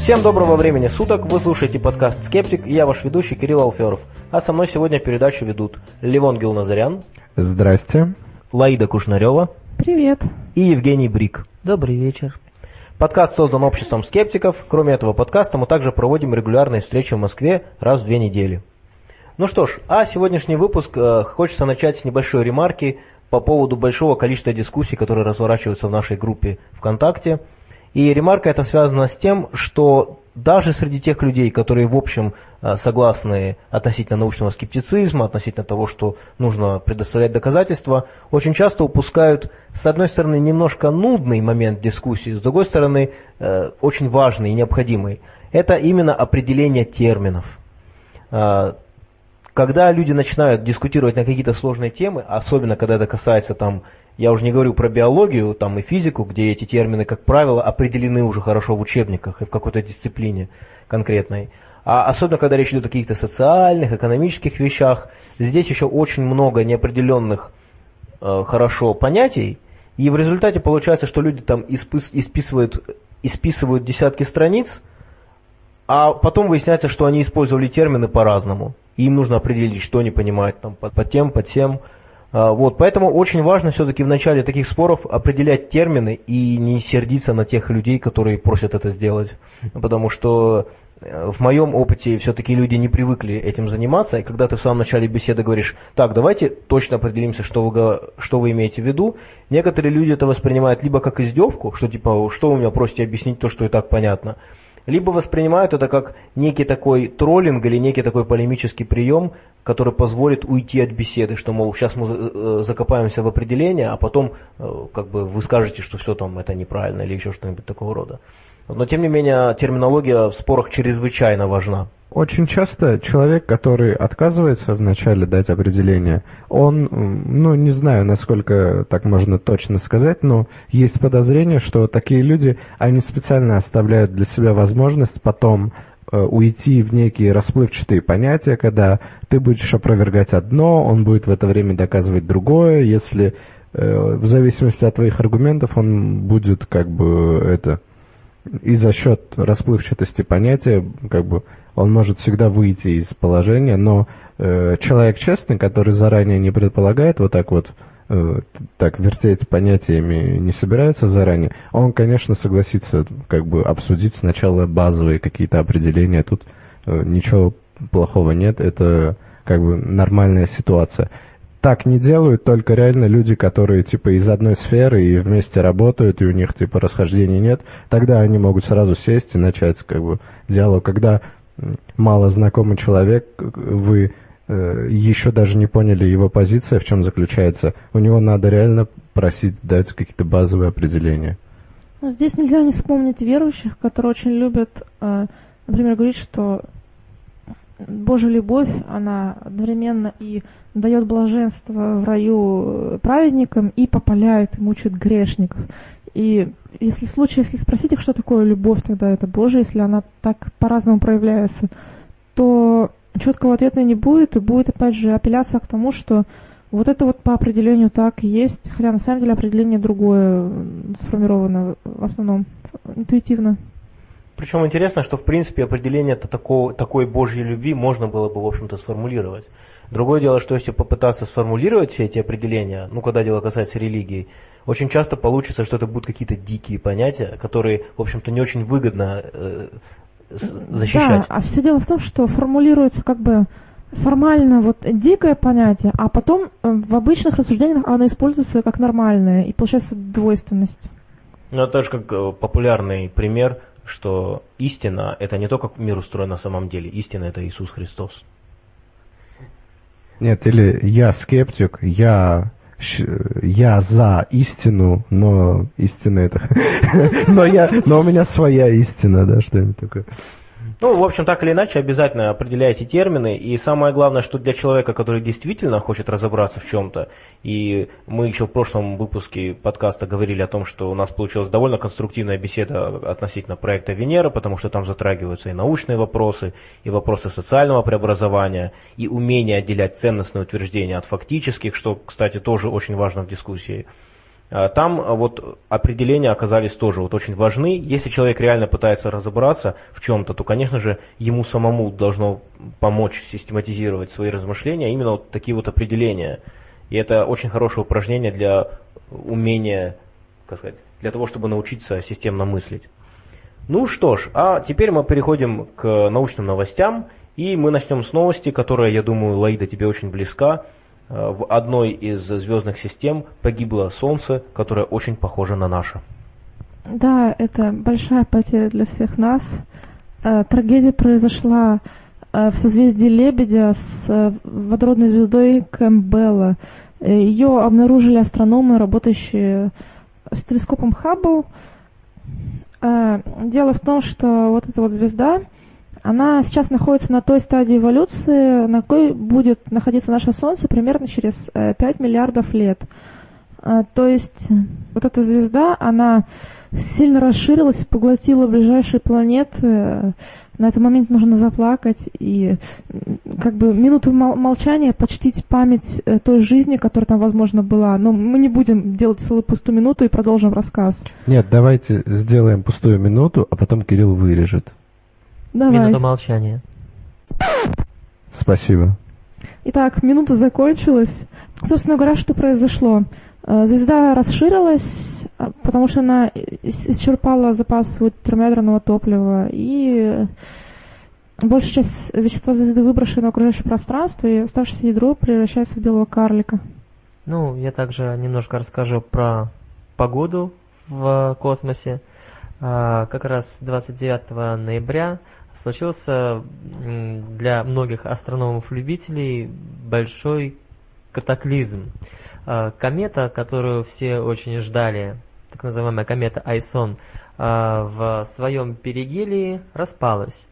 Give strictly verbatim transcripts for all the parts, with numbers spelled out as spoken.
Всем доброго времени суток, вы слушаете подкаст «Скептик», и я ваш ведущий Кирилл Алферов. А со мной сегодня передачу ведут Левон Гилназарян. Здрасте. Лаида Кушнарева. Привет. И Евгений Брик. Добрый вечер. Подкаст создан обществом скептиков. Кроме этого подкаста мы также проводим регулярные встречи в Москве раз в две недели. Ну что ж, а сегодняшний выпуск э, хочется начать с небольшой ремарки по поводу большого количества дискуссий, которые разворачиваются в нашей группе ВКонтакте. И ремарка эта связана с тем, что даже среди тех людей, которые в общем согласны относительно научного скептицизма, относительно того, что нужно предоставлять доказательства, очень часто упускают, с одной стороны, немножко нудный момент дискуссии, с другой стороны, очень важный и необходимый. Это именно определение терминов. Когда люди начинают дискутировать на какие-то сложные темы, особенно когда это касается там, я уже не говорю про биологию там, и физику, где эти термины, как правило, определены уже хорошо в учебниках и в какой-то дисциплине конкретной. А особенно, когда речь идет о каких-то социальных, экономических вещах, здесь еще очень много неопределенных э, хорошо понятий, и в результате получается, что люди там испис- исписывают, исписывают десятки страниц, а потом выясняется, что они использовали термины по-разному, и им нужно определить, что они понимают там, под, под тем, под тем. Вот, поэтому очень важно все-таки в начале таких споров определять термины и не сердиться на тех людей, которые просят это сделать. Потому что в моем опыте все-таки люди не привыкли этим заниматься, и когда ты в самом начале беседы говоришь, так, давайте точно определимся, что вы, что вы имеете в виду, некоторые люди это воспринимают либо как издевку, что типа, что вы меня просите объяснить то, что и так понятно, либо воспринимают это как некий такой троллинг или некий такой полемический прием, который позволит уйти от беседы, что, мол, сейчас мы закопаемся в определение, а потом как бы вы скажете, что все там это неправильно или еще что-нибудь такого рода. Но, тем не менее, терминология в спорах чрезвычайно важна. Очень часто человек, который отказывается вначале дать определение, он, ну, не знаю, насколько так можно точно сказать, но есть подозрение, что такие люди, они специально оставляют для себя возможность потом э, уйти в некие расплывчатые понятия, когда ты будешь опровергать одно, он будет в это время доказывать другое, если э, в зависимости от твоих аргументов он будет как бы это... И за счет расплывчатости понятия, как бы, он может всегда выйти из положения, но э, человек честный, который заранее не предполагает вот так вот, э, так вертеть понятиями не собирается заранее, он, конечно, согласится как бы обсудить сначала базовые какие-то определения, тут э, ничего плохого нет, это как бы нормальная ситуация. Так не делают только реально люди, которые типа из одной сферы и вместе работают, и у них типа расхождений нет. Тогда они могут сразу сесть и начать как бы диалог. Когда мало знакомый человек, вы э, еще даже не поняли его позиция, в чем заключается, у него надо реально просить дать какие-то базовые определения. Ну, здесь нельзя не вспомнить верующих, которые очень любят, э, например, говорить, что Божья любовь, она одновременно и дает блаженство в раю праведникам и попаляет и мучает грешников. И если в случае, если спросить их, что такое любовь, тогда это Божия, если она так по-разному проявляется, то четкого ответа не будет, и будет опять же апелляция к тому, что вот это вот по определению так и есть, хотя на самом деле определение другое сформировано в основном интуитивно. Причем интересно, что в принципе определение такого, такой Божьей любви можно было бы, в общем-то, сформулировать. Другое дело, что если попытаться сформулировать все эти определения, ну, когда дело касается религии, очень часто получится, что это будут какие-то дикие понятия, которые, в общем-то, не очень выгодно э, защищать. Да, а все дело в том, что формулируется как бы формально вот дикое понятие, а потом в обычных рассуждениях оно используется как нормальное, и получается двойственность. Ну, это же как популярный пример, что истина – это не то, как мир устроен на самом деле. Истина – это Иисус Христос. Нет, или я скептик, я, я за истину, но истина это... но, я, но у меня своя истина, да, что-нибудь такое. Ну, в общем, так или иначе, обязательно определяйте термины. И самое главное, что для человека, который действительно хочет разобраться в чем-то, и мы еще в прошлом выпуске подкаста говорили о том, что у нас получилась довольно конструктивная беседа относительно проекта Венера, потому что там затрагиваются и научные вопросы, и вопросы социального преобразования, и умение отделять ценностные утверждения от фактических, что, кстати, тоже очень важно в дискуссии. Там вот определения оказались тоже вот очень важны. Если человек реально пытается разобраться в чем-то, то, конечно же, ему самому должно помочь систематизировать свои размышления, именно вот такие вот определения. И это очень хорошее упражнение для умения, как сказать, для того, чтобы научиться системно мыслить. Ну что ж, а теперь мы переходим к научным новостям, и мы начнем с новости, которая, я думаю, Лаида, тебе очень близка. В одной из звездных систем погибло Солнце, которое очень похоже на наше. Да, это большая потеря для всех нас. Трагедия произошла в созвездии Лебедя с водородной звездой Кэмпбелла. Ее обнаружили астрономы, работающие с телескопом Хаббл. Дело в том, что вот эта вот звезда, она сейчас находится на той стадии эволюции, на какой будет находиться наше Солнце примерно через пять миллиардов лет. То есть вот эта звезда, она сильно расширилась, поглотила ближайшие планеты. На этом моменте нужно заплакать и как бы минуту молчания почтить память той жизни, которая там, возможно, была. Но мы не будем делать целую пустую минуту и продолжим рассказ. Нет, давайте сделаем пустую минуту, а потом Кирилл вырежет. Давай. Минута молчания. Спасибо. Итак, минута закончилась. Собственно говоря, что произошло? Звезда расширилась, потому что она исчерпала запас термоядерного топлива, и большая часть вещества звезды выброшена в окружающее пространство, и оставшееся ядро превращается в белого карлика. Ну, я также немножко расскажу про погоду в космосе. Как раз двадцать девятого ноября случился для многих астрономов-любителей большой катаклизм. Комета, которую все очень ждали, так называемая комета Айсон, в своем перигелии распалась.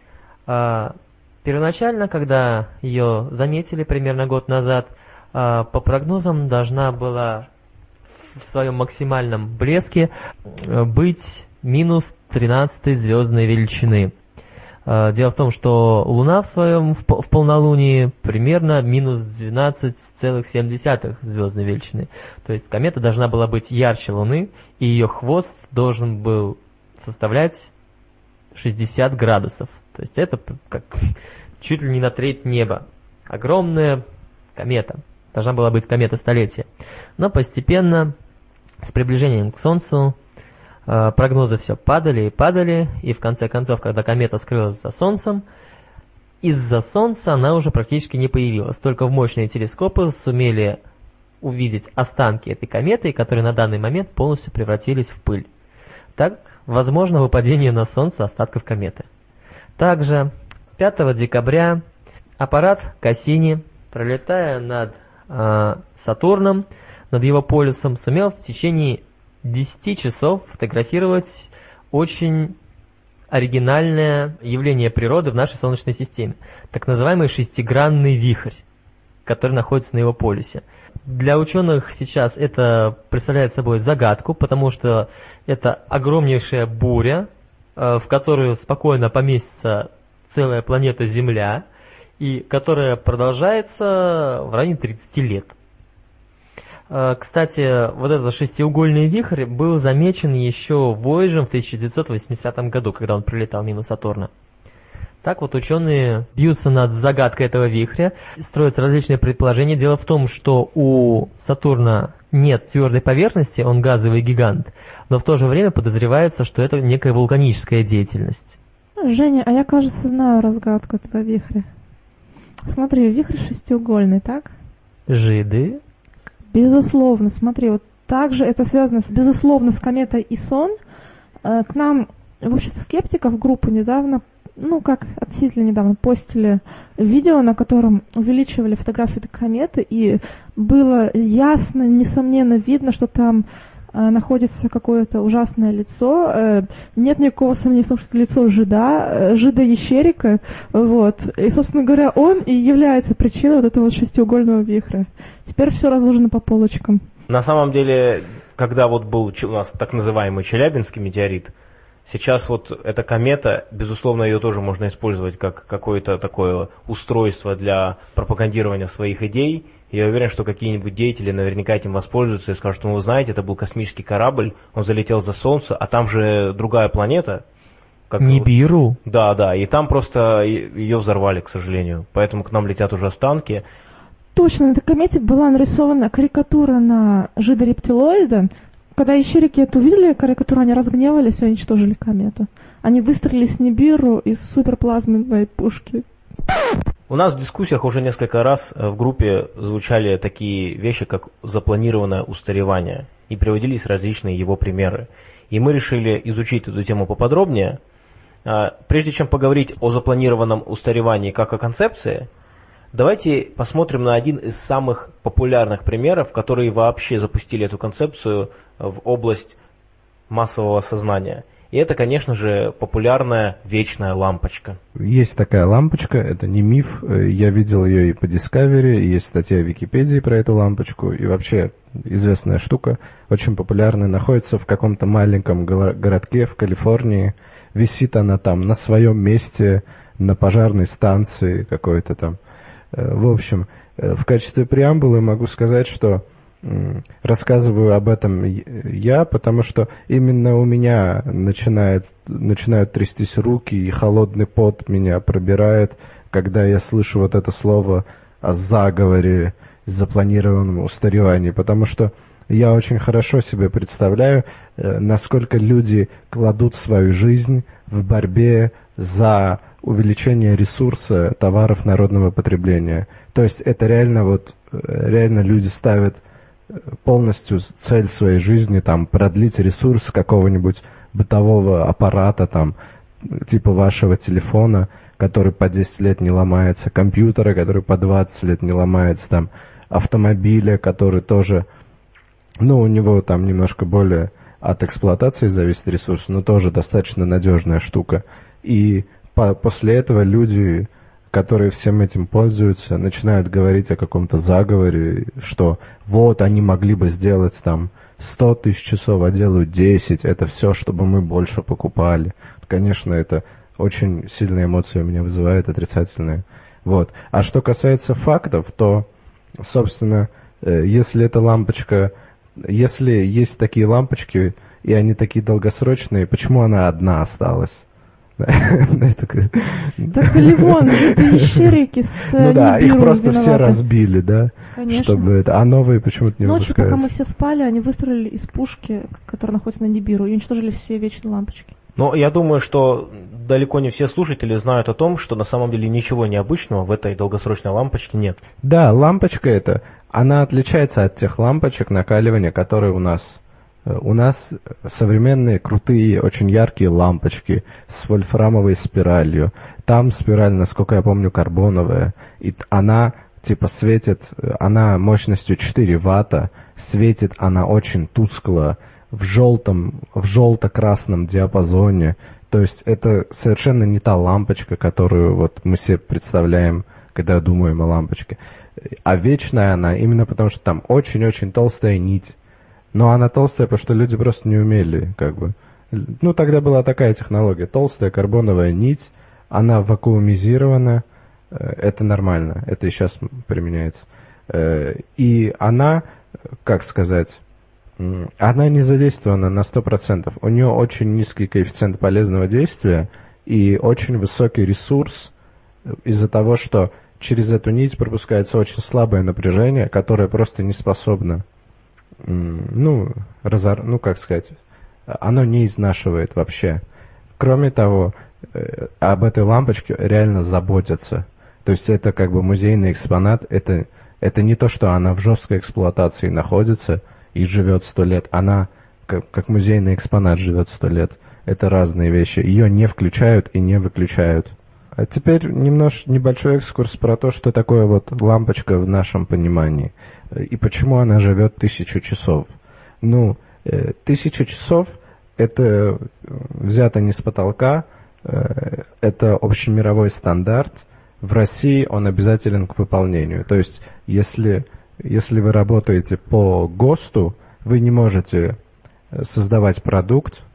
Первоначально, когда ее заметили примерно год назад, по прогнозам должна была в своем максимальном блеске быть минус тринадцатой звездной величины. Дело в том, что Луна в своем в полнолунии примерно минус двенадцать целых семь десятых звездной величины. То есть комета должна была быть ярче Луны, и ее хвост должен был составлять шестьдесят градусов. То есть это как чуть ли не на треть неба. Огромная комета. Должна была быть комета столетия. Но постепенно, с приближением к Солнцу, прогнозы все падали и падали, и в конце концов, когда комета скрылась за Солнцем, из-за Солнца она уже практически не появилась. Только в мощные телескопы сумели увидеть останки этой кометы, которые на данный момент полностью превратились в пыль. Так, возможно выпадение на Солнце остатков кометы. Также пятого декабря аппарат Кассини, пролетая над э, Сатурном, над его полюсом, сумел в течение десять часов фотографировать очень оригинальное явление природы в нашей Солнечной системе. Так называемый шестигранный вихрь, который находится на его полюсе. Для ученых сейчас это представляет собой загадку, потому что это огромнейшая буря, в которую спокойно поместится целая планета Земля, и которая продолжается в районе тридцати лет. Кстати, вот этот шестиугольный вихрь был замечен еще Вояджером в тысяча девятьсот восьмидесятом году, когда он пролетал мимо Сатурна. Так вот, ученые бьются над загадкой этого вихря, строятся различные предположения. Дело в том, что у Сатурна нет твердой поверхности, он газовый гигант, но в то же время подозревается, что это некая вулканическая деятельность. Женя, а я, кажется, знаю разгадку этого вихря. Смотри, вихрь шестиугольный, так? Жиды? Безусловно, смотри, вот также это связано, с, безусловно, с кометой Исон. Э, к нам, в общем-то, скептиков группы недавно, ну, как относительно недавно, постили видео, на котором увеличивали фотографию этой кометы, и было ясно, несомненно видно, что там э, находится какое-то ужасное лицо. Э, нет никакого сомнения в том, что это лицо жида, э, жида-ящерика, вот. И, собственно говоря, он и является причиной вот этого вот шестиугольного вихря. Теперь все разложено по полочкам. На самом деле, когда вот был у нас так называемый Челябинский метеорит, Сейчас вот эта комета, безусловно, ее тоже можно использовать как какое-то такое устройство для пропагандирования своих идей. Я уверен, что какие-нибудь деятели наверняка этим воспользуются и скажут, ну вы знаете, это был космический корабль, он залетел за Солнце, а там же другая планета. Как Нибиру? Да, да, и там просто ее взорвали, к сожалению. Поэтому к нам летят уже останки. Точно, на этой комете была нарисована карикатура на жидорептилоида. Когда ящерики это увидели, карикатуру, они разгневались и уничтожили комету. Они выстрелили с Нибиру из суперплазменной пушки. У нас в дискуссиях уже несколько раз в группе звучали такие вещи, как запланированное устаревание, и приводились различные его примеры. И мы решили изучить эту тему поподробнее. Прежде чем поговорить о запланированном устаревании как о концепции, давайте посмотрим на один из самых популярных примеров, которые вообще запустили эту концепцию в область массового сознания. И это, конечно же, популярная вечная лампочка. Есть такая лампочка, это не миф. Я видел ее и по Discovery, есть статья в Википедии про эту лампочку. И вообще известная штука, очень популярная, находится в каком-то маленьком городке в Калифорнии. Висит она там на своем месте, на пожарной станции какой-то там. В общем, в качестве преамбулы могу сказать, что рассказываю об этом я, потому что именно у меня начинает, начинают трястись руки, и холодный пот меня пробирает, когда я слышу вот это слово о заговоре, запланированном устаревании, потому что я очень хорошо себе представляю, насколько люди кладут свою жизнь в борьбе за увеличение ресурса товаров народного потребления. То есть это реально вот, реально люди ставят полностью цель своей жизни, там, продлить ресурс какого-нибудь бытового аппарата, там, типа вашего телефона, который по десять лет не ломается, компьютера, который по двадцать лет не ломается, там, автомобиля, который тоже, ну, у него там немножко более от эксплуатации зависит ресурс, но тоже достаточно надежная штука. И по- после этого люди, которые всем этим пользуются, начинают говорить о каком-то заговоре, что вот они могли бы сделать там сто тысяч часов, а делают десять, это все, чтобы мы больше покупали. Конечно, это очень сильные эмоции у меня вызывает, отрицательные. Вот. А что касается фактов, то, собственно, если эта лампочка, если есть такие лампочки, и они такие долгосрочные, почему она одна осталась? Так или вон, это ящерики с Ну да, их просто все разбили, да? Конечно. Чтобы это, а новые почему-то не выпускаются. Ночью, пока мы все спали, они выстрелили из пушки, которая находится на Нибиру, и уничтожили все вечные лампочки. Но я думаю, что далеко не все слушатели знают о том, что на самом деле ничего необычного в этой долгосрочной лампочке нет. Да, лампочка эта, она отличается от тех лампочек накаливания, которые у нас. У нас современные, крутые, очень яркие лампочки с вольфрамовой спиралью. Там спираль, насколько я помню, карбоновая. И она типа светит, она мощностью четыре ватта, светит она очень тускло, в желтом, в желто-красном диапазоне. То есть это совершенно не та лампочка, которую вот мы себе представляем, когда думаем о лампочке. А вечная она именно потому, что там очень-очень толстая нить. Но она толстая, потому что люди просто не умели, как бы. Ну, тогда была такая технология. Толстая карбоновая нить, она вакуумизирована, это нормально, это и сейчас применяется. И она, как сказать, она не задействована на сто процентов. У нее очень низкий коэффициент полезного действия и очень высокий ресурс из-за того, что через эту нить пропускается очень слабое напряжение, которое просто не способно, ну, разор... ну, как сказать, оно не изнашивает вообще. Кроме того, об этой лампочке реально заботятся. То есть это как бы музейный экспонат, это, это не то, что она в жесткой эксплуатации находится и живет сто лет. Она, как, как музейный экспонат, живет сто лет. Это разные вещи. Ее не включают и не выключают. А теперь немножко небольшой экскурс про то, что такое вот лампочка в нашем понимании. И почему она живет тысячу часов. Ну, э, тысяча часов это взято не с потолка, э, это общемировой стандарт. В России он обязателен к выполнению. То есть, если, если вы работаете по ГОСТу, вы не можете создавать продукт,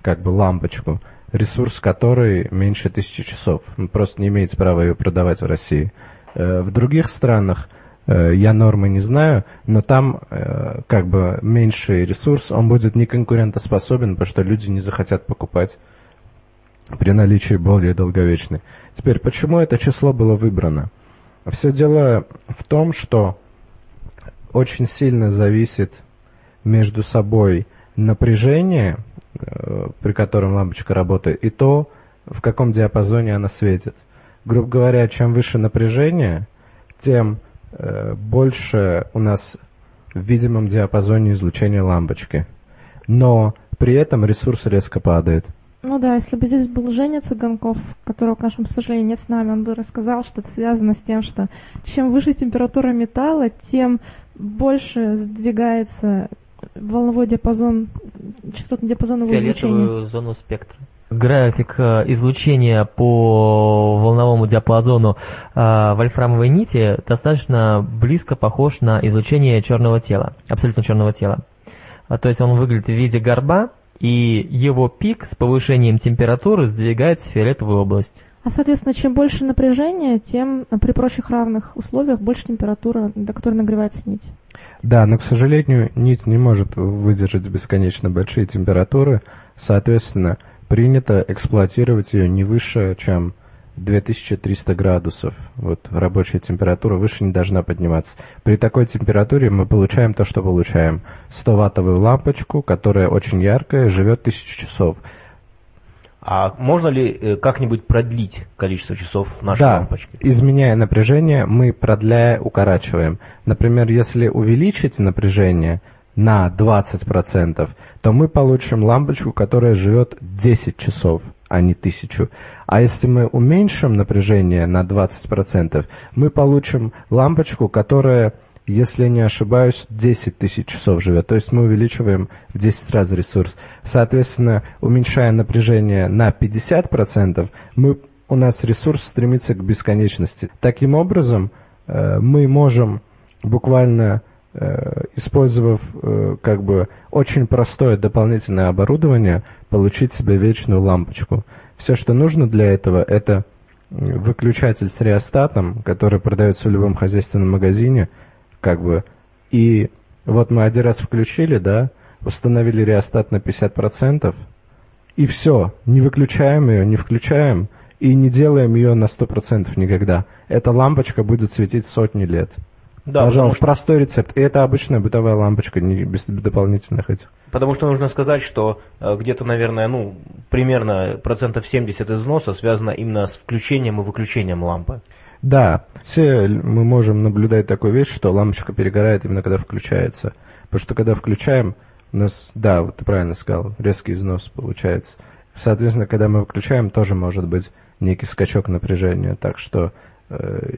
как бы лампочку, ресурс которой меньше тысячи часов. Он просто не имеет права ее продавать в России. В других странах я нормы не знаю, но там как бы меньший ресурс, он будет неконкурентоспособен, потому что люди не захотят покупать при наличии более долговечной. Теперь, почему это число было выбрано? Все дело в том, что очень сильно зависит между собой напряжение, при котором лампочка работает, и то, в каком диапазоне она светит. Грубо говоря, чем выше напряжение, тем э, больше у нас в видимом диапазоне излучения лампочки. Но при этом ресурс резко падает. Ну да, если бы здесь был Женя Цыганков, которого, к нашему сожалению, нет с нами, он бы рассказал, что это связано с тем, что чем выше температура металла, тем больше сдвигается волновой диапазон, частотный диапазон его излучения. Фиолетовую зону спектра. График излучения по волновому диапазону э, вольфрамовой нити достаточно близко похож на излучение черного тела, абсолютно черного тела. А, то есть он выглядит в виде горба, и его пик с повышением температуры сдвигается в фиолетовую область. А, соответственно, чем больше напряжения, тем при прочих равных условиях больше температура, до которой нагревается нить. Да, но, к сожалению, нить не может выдержать бесконечно большие температуры, соответственно, принято эксплуатировать ее не выше, чем две тысячи триста градусов. Вот рабочая температура выше не должна подниматься. При такой температуре мы получаем то, что получаем. сто-ваттовую лампочку, которая очень яркая, живет тысячу часов. А можно ли как-нибудь продлить количество часов нашей да, лампочки? Изменяя напряжение, мы, продляя, укорачиваем. Например, если увеличить напряжение на двадцать процентов, то мы получим лампочку, которая живет десять часов, а не тысячу. А если мы уменьшим напряжение на двадцать процентов, мы получим лампочку, которая, если не ошибаюсь, десять тысяч часов живет. То есть мы увеличиваем в десять раз ресурс. Соответственно, уменьшая напряжение на пятьдесят процентов, мы, у нас ресурс стремится к бесконечности. Таким образом, э, мы можем буквально, э, использовав э, как бы очень простое дополнительное оборудование, получить себе вечную лампочку. Все, что нужно для этого, это выключатель с реостатом, который продается в любом хозяйственном магазине, как бы, и вот мы один раз включили, да, установили реостат на пятьдесят процентов, и все, не выключаем ее, не включаем, и не делаем ее на сто процентов никогда. Эта лампочка будет светить сотни лет. Да, пожалуйста, что... простой рецепт. И это обычная бытовая лампочка, не без дополнительных этих. Потому что нужно сказать, что э, где-то, наверное, ну, примерно процентов семьдесят износа связано именно с включением и выключением лампы. Да, все мы можем наблюдать такую вещь, что лампочка перегорает именно когда включается. Потому что когда включаем, у нас, да, вот ты правильно сказал, резкий износ получается. Соответственно, когда мы выключаем, тоже может быть некий скачок напряжения. Так что э,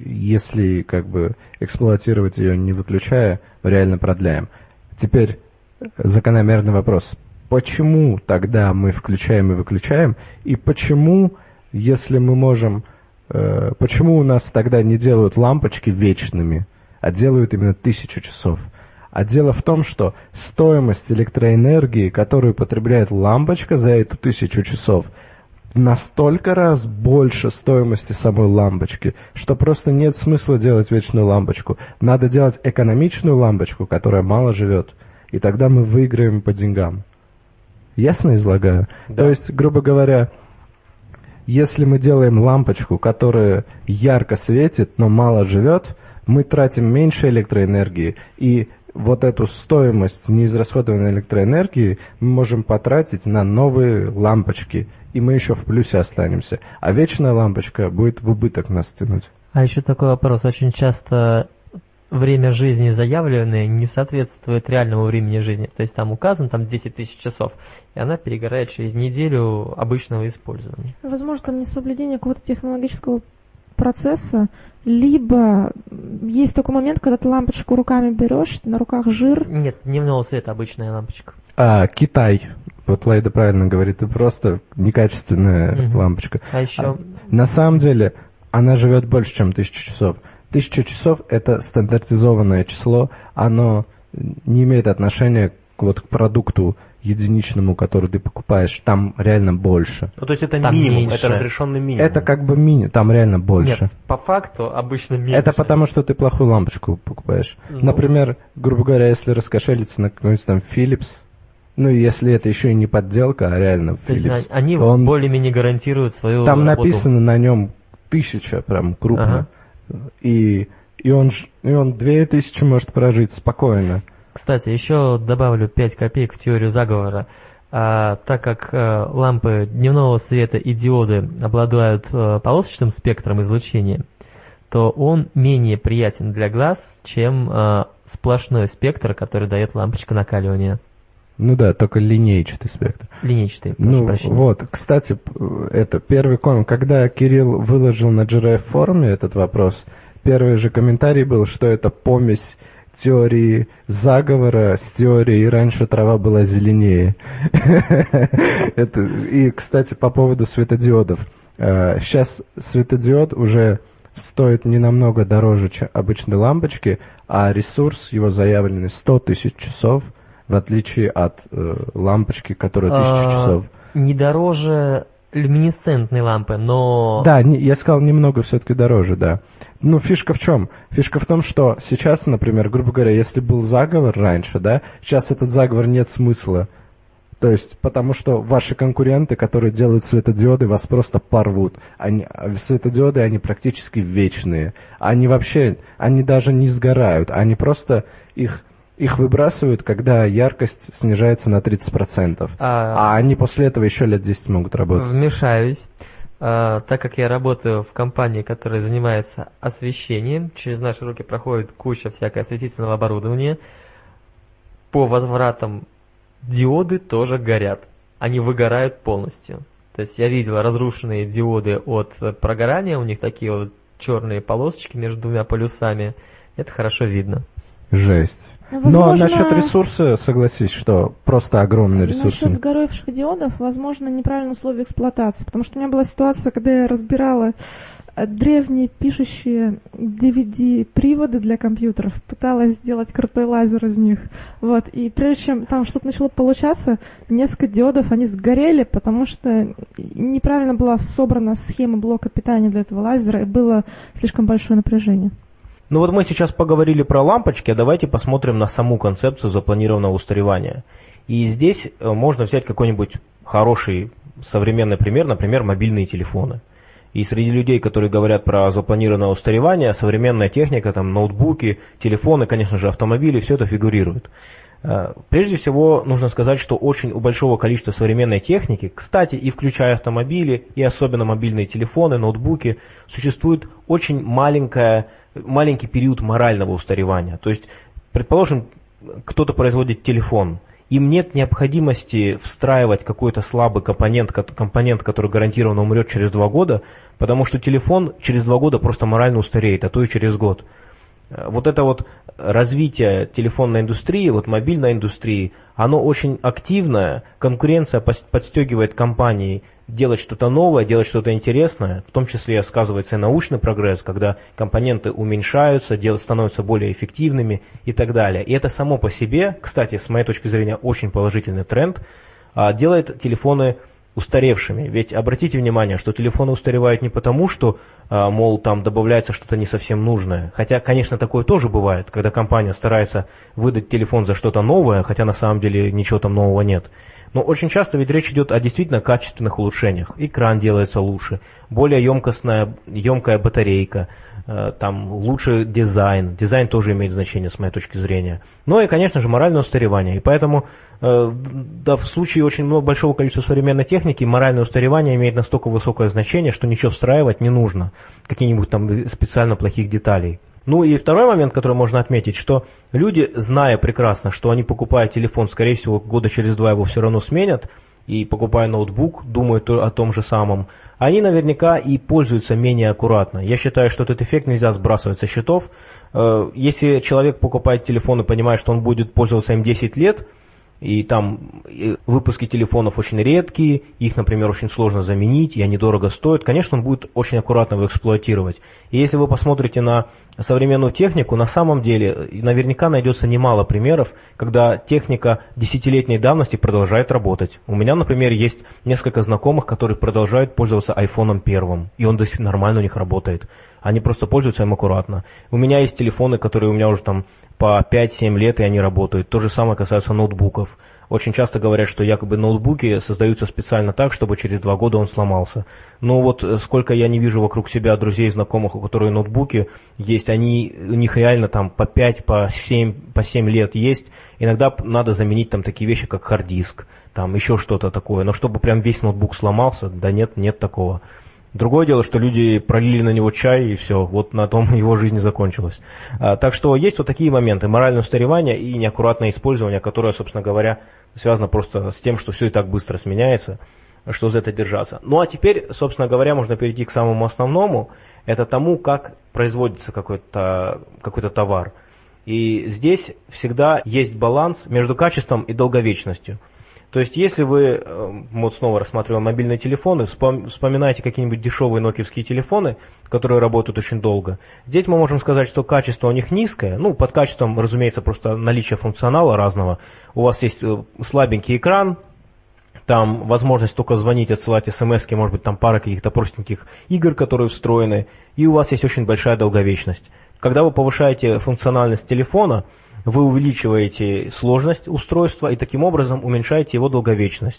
если как бы эксплуатировать ее не выключая, реально продляем. Теперь закономерный вопрос. Почему тогда мы включаем и выключаем? И почему, если мы можем... Почему у нас тогда не делают лампочки вечными, а делают именно тысячу часов? А дело в том, что стоимость электроэнергии, которую потребляет лампочка за эту тысячу часов, настолько раз больше стоимости самой лампочки, что просто нет смысла делать вечную лампочку. Надо делать экономичную лампочку, которая мало живет, и тогда мы выиграем по деньгам. Ясно излагаю? Да. То есть, грубо говоря... Если мы делаем лампочку, которая ярко светит, но мало живет, мы тратим меньше электроэнергии, и вот эту стоимость неизрасходованной электроэнергии мы можем потратить на новые лампочки, и мы еще в плюсе останемся. А вечная лампочка будет в убыток нас тянуть. А еще такой вопрос. Очень часто время жизни заявленное не соответствует реальному времени жизни. То есть там указано там десять тысяч часов, и она перегорает через неделю обычного использования. Возможно, там несоблюдение какого-то технологического процесса, либо есть такой момент, когда ты лампочку руками берешь, на руках жир. Нет, дневного света обычная лампочка. А, Китай. Вот Лейда правильно говорит, это просто некачественная угу. лампочка. А еще... А, на самом деле, она живет больше, чем тысячу часов. Тысяча часов – это стандартизованное число, оно не имеет отношения вот к продукту единичному, который ты покупаешь, там реально больше. Ну, то есть это Там минимум, меньше. это разрешенный минимум. Это как бы мини, там реально больше. Нет, по факту обычно меньше. Это потому, что ты плохую лампочку покупаешь. Ну. Например, грубо говоря, если раскошелиться на какой-нибудь там Philips, ну, если это еще и не подделка, а реально То есть Philips, они он, более-менее гарантируют свою там работу. написано на нем тысяча, прям крупно. Ага. И, и, он, ж- и он две тысячи может прожить спокойно. Кстати, еще добавлю пять копеек в теорию заговора. А, так как э, лампы дневного света и диоды обладают э, полосочным спектром излучения, то он менее приятен для глаз, чем э, сплошной спектр, который дает лампочка накаливания. Ну да, только линейчатый спектр. Линейчатый, прошу Ну прощения. вот, кстати, п- это первый коммент. Когда Кирилл выложил на джи ар эф форуме этот вопрос, первый же комментарий был, что это помесь теории заговора с теорией «раньше трава была зеленее». Это, и, кстати, по поводу светодиодов. Э, Сейчас светодиод уже стоит не намного дороже, чем обычной лампочки, а ресурс его заявленный сто тысяч часов, в отличие от э, лампочки, которая тысяча А, часов. Не дороже люминесцентной лампы, но... Да, не- я сказал, немного все-таки дороже, да. Ну, фишка в чем? Фишка в том, что сейчас, например, грубо говоря, если был заговор раньше, да, сейчас этот заговор нет смысла. То есть, потому что ваши конкуренты, которые делают светодиоды, вас просто порвут. Они, а светодиоды, они практически вечные. Они вообще, они даже не сгорают. Они просто их... Их выбрасывают, когда яркость снижается на тридцать процентов. А- А они после этого еще лет десять могут работать. Вмешаюсь. А, так как я работаю в компании, которая занимается освещением, через наши руки проходит куча всякого осветительного оборудования, по возвратам диоды тоже горят. Они выгорают полностью. То есть я видел разрушенные диоды от прогорания, у них такие вот черные полосочки между двумя полюсами. Это хорошо видно. Жесть. Возможно, Но насчет ресурса, согласись, что просто огромный ресурс. насчет сгоревших диодов, возможно, неправильные условия эксплуатации. Потому что у меня была ситуация, когда я разбирала э, древние пишущие ди ви ди-приводы для компьютеров, пыталась сделать крутой лазер из них. Вот. И прежде чем там что-то начало получаться, несколько диодов, они сгорели, потому что неправильно была собрана схема блока питания для этого лазера, и было слишком большое напряжение. Ну вот мы сейчас поговорили про лампочки, а давайте посмотрим на саму концепцию запланированного устаревания. И здесь э, можно взять какой-нибудь хороший современный пример, например, мобильные телефоны. И среди людей, которые говорят про запланированное устаревание, современная техника, там ноутбуки, телефоны, конечно же, автомобили, все это фигурирует. Э, Прежде всего, нужно сказать, что очень у большого количества современной техники, кстати, и включая автомобили, и особенно мобильные телефоны, ноутбуки, существует очень маленькая маленький период морального устаревания. То есть, предположим, кто-то производит телефон, им нет необходимости встраивать какой-то слабый компонент, компонент, который гарантированно умрет через два года, потому что телефон через два года просто морально устареет, а то и через год. Вот это вот развитие телефонной индустрии, вот мобильной индустрии, оно очень активное, конкуренция подстегивает компании делать что-то новое, делать что-то интересное, в том числе сказывается и научный прогресс, когда компоненты уменьшаются, дело становятся более эффективными и так далее. И это само по себе, кстати, с моей точки зрения, очень положительный тренд, делает телефоны устаревшими. Ведь обратите внимание, что телефоны устаревают не потому, что, мол, там добавляется что-то не совсем нужное. Хотя, конечно, такое тоже бывает, когда компания старается выдать телефон за что-то новое, хотя на самом деле ничего там нового нет. Но очень часто ведь речь идет о действительно качественных улучшениях. Экран делается лучше, более емкостная, емкая батарейка, там лучше дизайн. Дизайн тоже имеет значение с моей точки зрения. Ну и, конечно же, моральное устаревание. И поэтому да, в случае очень много, большого количества современной техники моральное устаревание имеет настолько высокое значение, что ничего встраивать не нужно, каких-нибудь там специально плохих деталей. Ну и второй момент, который можно отметить, что люди, зная прекрасно, что они, покупая телефон, скорее всего, года через два его все равно сменят, и покупая ноутбук, думают о том же самом, они наверняка и пользуются менее аккуратно. Я считаю, что этот эффект нельзя сбрасывать со счетов. Если человек покупает телефон и понимает, что он будет пользоваться им десять лет, и там выпуски телефонов очень редкие, их, например, очень сложно заменить, и они дорого стоят, конечно, он будет очень аккуратно его эксплуатировать. И если вы посмотрите на современную технику, на самом деле наверняка найдется немало примеров, когда техника десятилетней давности продолжает работать. У меня, например, есть несколько знакомых, которые продолжают пользоваться айфоном первым, и он до сих пор нормально у них работает. Они просто пользуются им аккуратно. У меня есть телефоны, которые у меня уже там по пять-семь лет, и они работают. То же самое касается ноутбуков. Очень часто говорят, что якобы ноутбуки создаются специально так, чтобы через два года он сломался. Но вот сколько я не вижу вокруг себя друзей, знакомых, у которых ноутбуки есть, они, у них реально там по пять, по семь, по семь лет есть. Иногда надо заменить там такие вещи, как хард-диск, там еще что-то такое. Но чтобы прям весь ноутбук сломался, да нет, нет такого. Другое дело, что люди пролили на него чай, и все, вот на том его жизнь закончилась. А, так что есть вот такие моменты, моральное устаревание и неаккуратное использование, которое, собственно говоря, связано просто с тем, что все и так быстро сменяется, что за это держаться. Ну а теперь, собственно говоря, можно перейти к самому основному, это тому, как производится какой-то, какой-то товар. И здесь всегда есть баланс между качеством и долговечностью. То есть, если вы, вот снова рассматриваем мобильные телефоны, вспоминаете какие-нибудь дешевые нокиевские телефоны, которые работают очень долго, здесь мы можем сказать, что качество у них низкое. Ну, под качеством, разумеется, просто наличие функционала разного. У вас есть слабенький экран, там возможность только звонить, отсылать смс-ки, может быть, там пара каких-то простеньких игр, которые встроены, и у вас есть очень большая долговечность. Когда вы повышаете функциональность телефона, вы увеличиваете сложность устройства и таким образом уменьшаете его долговечность.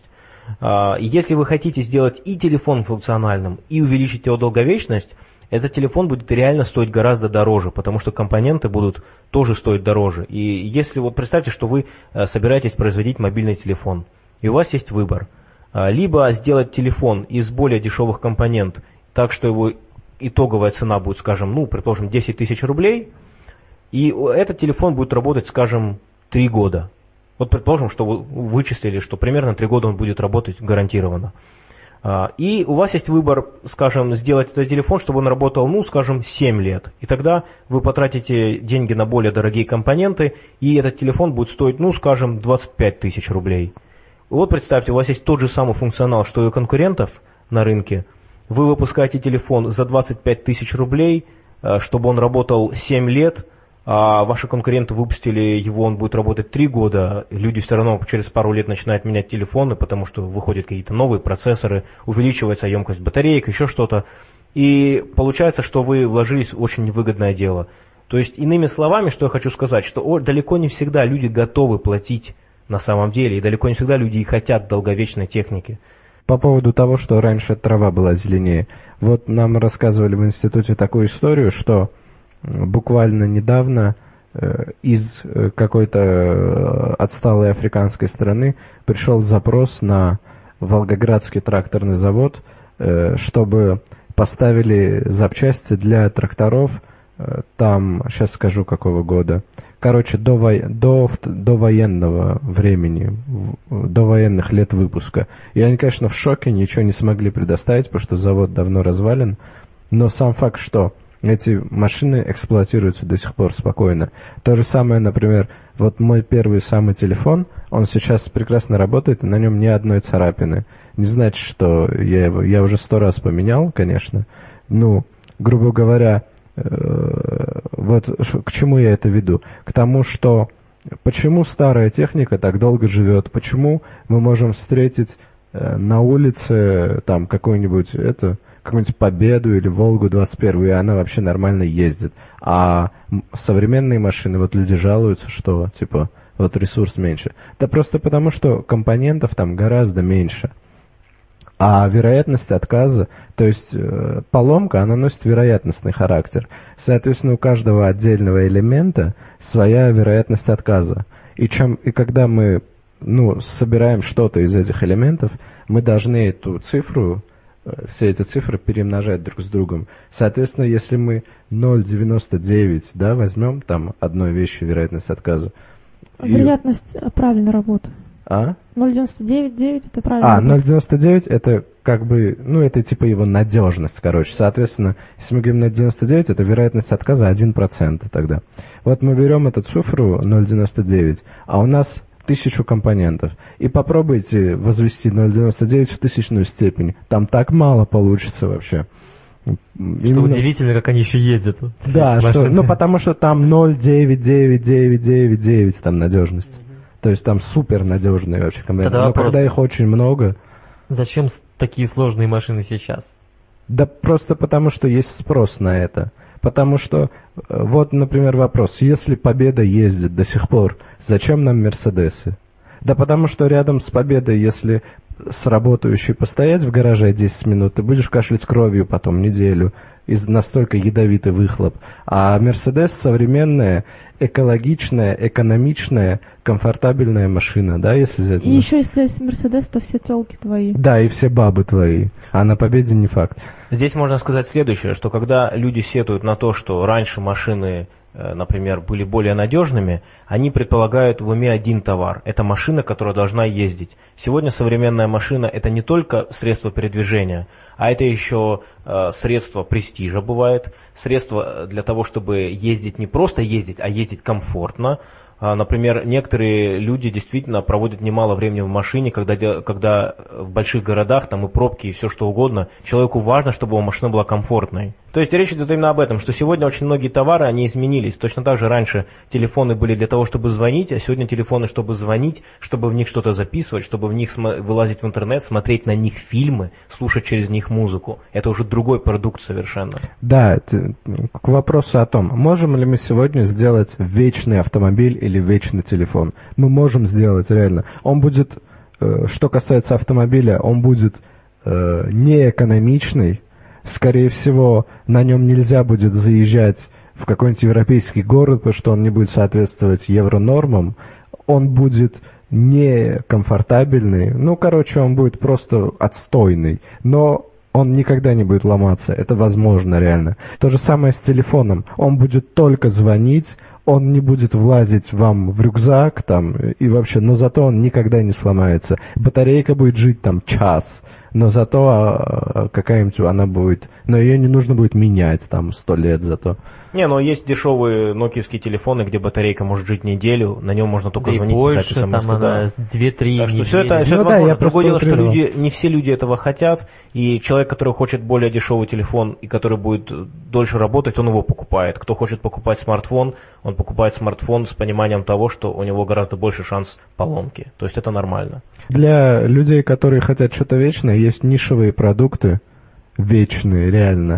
Если вы хотите сделать и телефон функциональным, и увеличить его долговечность, этот телефон будет реально стоить гораздо дороже, потому что компоненты будут тоже стоить дороже. И если вот представьте, что вы собираетесь производить мобильный телефон, и у вас есть выбор. Либо сделать телефон из более дешевых компонент, так что его итоговая цена будет, скажем, ну, предположим, десять тысяч рублей, и этот телефон будет работать, скажем, три года. Вот предположим, что вы вычислили, что примерно три года он будет работать гарантированно. И у вас есть выбор, скажем, сделать этот телефон, чтобы он работал, ну, скажем, семь лет. И тогда вы потратите деньги на более дорогие компоненты, и этот телефон будет стоить, ну, скажем, двадцать пять тысяч рублей. Вот представьте, у вас есть тот же самый функционал, что и у конкурентов на рынке. Вы выпускаете телефон за двадцать пять тысяч рублей, чтобы он работал семь лет, а ваши конкуренты выпустили его, он будет работать три года, люди все равно через пару лет начинают менять телефоны, потому что выходят какие-то новые процессоры, увеличивается емкость батареек, еще что-то. И получается, что вы вложились в очень невыгодное дело. То есть, иными словами, что я хочу сказать, что далеко не всегда люди готовы платить на самом деле, и далеко не всегда люди и хотят долговечной техники. По поводу того, что раньше трава была зеленее. Вот нам рассказывали в институте такую историю, что буквально недавно э, из какой-то отсталой африканской страны пришел запрос на Волгоградский тракторный завод, э, чтобы поставили запчасти для тракторов, э, там, сейчас скажу какого года, короче, до, во... до, до военного времени, до военных лет выпуска. И они, конечно, в шоке, ничего не смогли предоставить, потому что завод давно развален, но сам факт, что эти машины эксплуатируются до сих пор спокойно. То же самое, например, вот мой первый самый телефон, он сейчас прекрасно работает, и на нем ни одной царапины. Не значит, что я его, я уже сто раз поменял, конечно. Ну, грубо говоря, э, вот к чему я это веду? К тому, что почему старая техника так долго живет, почему мы можем встретить э, на улице там какую-нибудь это... какую-нибудь Победу или Волгу двадцать первую, и она вообще нормально ездит. А современные машины, вот люди жалуются, что, типа, вот ресурс меньше. Да просто потому, что компонентов там гораздо меньше. А вероятность отказа, то есть э, поломка, она носит вероятностный характер. Соответственно, у каждого отдельного элемента своя вероятность отказа. И, чем, и когда мы ну, собираем что-то из этих элементов, мы должны эту цифру, все эти цифры перемножать друг с другом. Соответственно, если мы ноль целых девяносто девять, да, возьмем там одной вещи вероятность отказа. Вероятность и... правильной работы. А? ноль целых девяносто девять девять это правильно. А, ноль целых девяносто девять это как бы, ну это типа его надежность, короче. Соответственно, если мы говорим ноль целых девяносто девять, это вероятность отказа один процент тогда. Вот мы берем эту цифру ноль целых девяносто девять, а у нас тысячу компонентов. И попробуйте возвести ноль целых девяносто девять в тысячную степень. Там так мало получится вообще. Что Именно... удивительно, как они еще ездят. Да, что, ну потому что там ноль целых девять девять девять девять девять там надежность. Mm-hmm. То есть там супер надежные вообще компоненты. Но вопрос. когда их очень много... Зачем такие сложные машины сейчас? Да просто потому, что есть спрос на это. Потому что, вот, например, вопрос, если Победа ездит до сих пор, зачем нам Мерседесы? Да потому что рядом с Победой, если с работающей постоять в гараже десять минут, ты будешь кашлять кровью потом неделю, из настолько ядовитый выхлоп. А Мерседес современная, экологичная, экономичная, комфортабельная машина, да, если взять... И еще, если есть Мерседес, то все телки твои. Да, и все бабы твои. А на Победе не факт. Здесь можно сказать следующее, что когда люди сетуют на то, что раньше машины, например, были более надежными, они предполагают в уме один товар. Это машина, которая должна ездить. Сегодня современная машина – это не только средство передвижения, а это еще э, средство престижа бывает, средство для того, чтобы ездить не просто ездить, а ездить комфортно. Например, некоторые люди действительно проводят немало времени в машине, когда, когда в больших городах там и пробки, и все что угодно, человеку важно, чтобы его машина была комфортной. То есть речь идет именно об этом, что сегодня очень многие товары, они изменились. Точно так же раньше телефоны были для того, чтобы звонить, а сегодня телефоны, чтобы звонить, чтобы в них что-то записывать, чтобы в них см- вылазить в интернет, смотреть на них фильмы, слушать через них музыку. Это уже другой продукт совершенно. Да, к вопросу о том, можем ли мы сегодня сделать вечный автомобиль или вечный телефон. Мы можем сделать реально. Он будет, э, что касается автомобиля, он будет э, неэкономичный. Скорее всего, на нем нельзя будет заезжать в какой-нибудь европейский город, потому что он не будет соответствовать евронормам. Он будет некомфортабельный. Ну, короче, он будет просто отстойный. Но он никогда не будет ломаться. Это возможно реально. То же самое с телефоном. Он будет только звонить, он не будет влазить вам в рюкзак там и вообще, но зато он никогда не сломается. Батарейка будет жить там час, но зато а, какая-нибудь она будет, но ее не нужно будет менять там сто лет зато. Не, но есть дешевые нокиевские телефоны, где батарейка может жить неделю, на нем можно только да звонить, больше, писать смс. Там она две-три Так что недели. все это, все ну, это да, возможно. я Другое дело, что утрировал. люди, не все люди этого хотят, и человек, который хочет более дешевый телефон и который будет дольше работать, он его покупает. Кто хочет покупать смартфон, он покупает смартфон с пониманием того, что у него гораздо больше шанс поломки. То есть это нормально. Для людей, которые хотят что-то вечное, есть нишевые продукты, вечные, реально.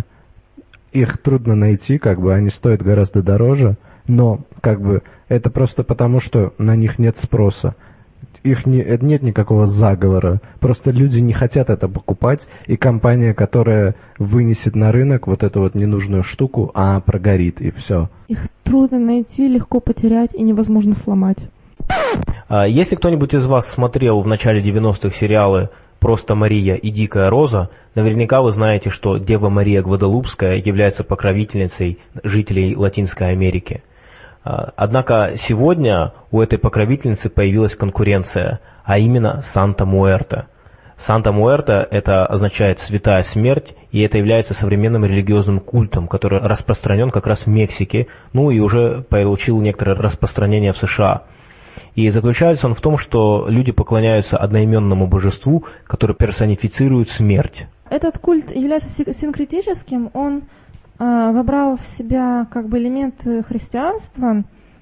Их трудно найти, как бы они стоят гораздо дороже, но как бы это просто потому, что на них нет спроса. Их не, нет никакого заговора. Просто люди не хотят это покупать, и компания, которая вынесет на рынок вот эту вот ненужную штуку, а прогорит, и все. Их трудно найти, легко потерять и невозможно сломать. Если кто-нибудь из вас смотрел в начале девяностых сериалы «Просто Мария» и «Дикая роза», наверняка вы знаете, что Дева Мария Гваделупская является покровительницей жителей Латинской Америки. Однако сегодня у этой покровительницы появилась конкуренция, а именно Санта-Муэрте. Санта-Муэрте – это означает «святая смерть», и это является современным религиозным культом, который распространен как раз в Мексике, ну и уже получил некоторое распространение в США. И заключается он в том, что люди поклоняются одноименному божеству, которое персонифицирует смерть. Этот культ является синкретическим, он э, вобрал в себя как бы элементы христианства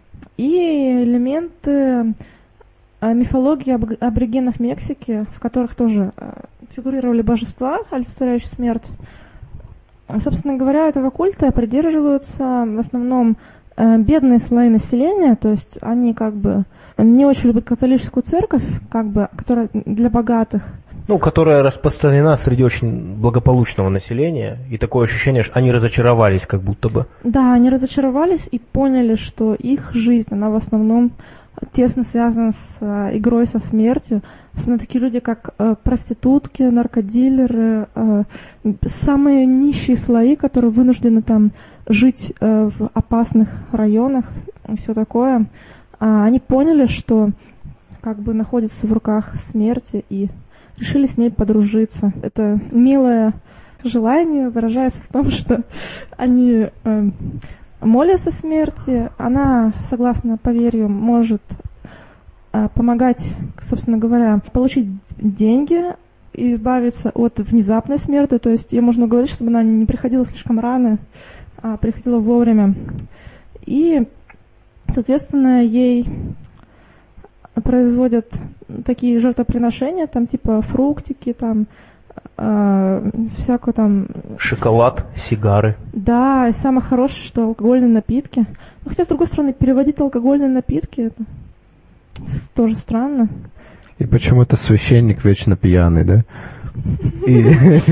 и элементы э, мифологии аб- аборигенов Мексики, в которых тоже э, фигурировали божества, олицетворяющие смерть. Собственно говоря, этого культа придерживаются в основном э, бедные слои населения, то есть они как бы не очень любят католическую церковь, как бы, которая для богатых. Ну, которая распространена среди очень благополучного населения, и такое ощущение, что они разочаровались как будто бы. Да, они разочаровались и поняли, что их жизнь, она в основном тесно связана с э, игрой со смертью. Особенно такие люди, как э, проститутки, наркодилеры, э, самые нищие слои, которые вынуждены там жить э, в опасных районах и все такое. А они поняли, что как бы находятся в руках смерти и решили с ней подружиться. Это милое желание выражается в том, что они э, молятся смерти. Она, согласно поверью, может помогать, собственно говоря, получить деньги, избавиться от внезапной смерти, то есть ее можно говорить, чтобы она не приходила слишком рано, а приходила вовремя. И, соответственно, ей производят такие жертвоприношения, там типа фруктики, там э, всякое там... Шоколад, сигары. Да, и самое хорошее, что алкогольные напитки. Ну, хотя, с другой стороны, переводить алкогольные напитки, это тоже странно. И почему-то священник вечно пьяный, да? И,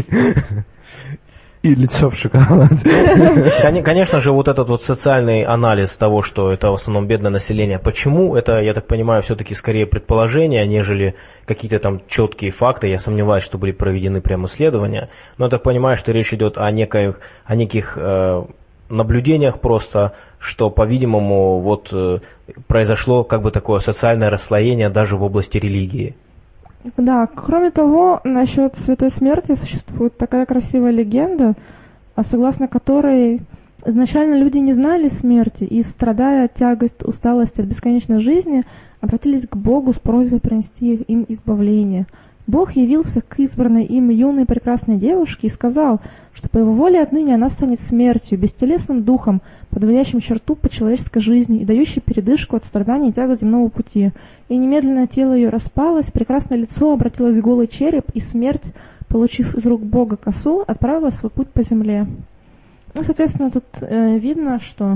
и лицо в шоколаде. Конечно же, вот этот вот социальный анализ того, что это в основном бедное население. Почему? Это, я так понимаю, все-таки скорее предположения, нежели какие-то там четкие факты. Я сомневаюсь, что были проведены прям исследования. Но я так понимаю, что речь идет о неких, о неких э, наблюдениях просто, что, по-видимому, вот э, произошло как бы такое социальное расслоение даже в области религии. Да, кроме того, насчет Святой Смерти существует такая красивая легенда, согласно которой изначально люди не знали смерти и, страдая от тягость, усталости от бесконечной жизни, обратились к Богу с просьбой принести им избавление. Бог явился к избранной им юной прекрасной девушке и сказал, что по его воле отныне она станет смертью, бестелесным духом, подводящим черту по человеческой жизни и дающей передышку от страданий и тягот земного пути. И немедленно тело ее распалось, прекрасное лицо обратилось в голый череп, и смерть, получив из рук Бога косу, отправила свой путь по земле. Ну, соответственно, тут э, видно, что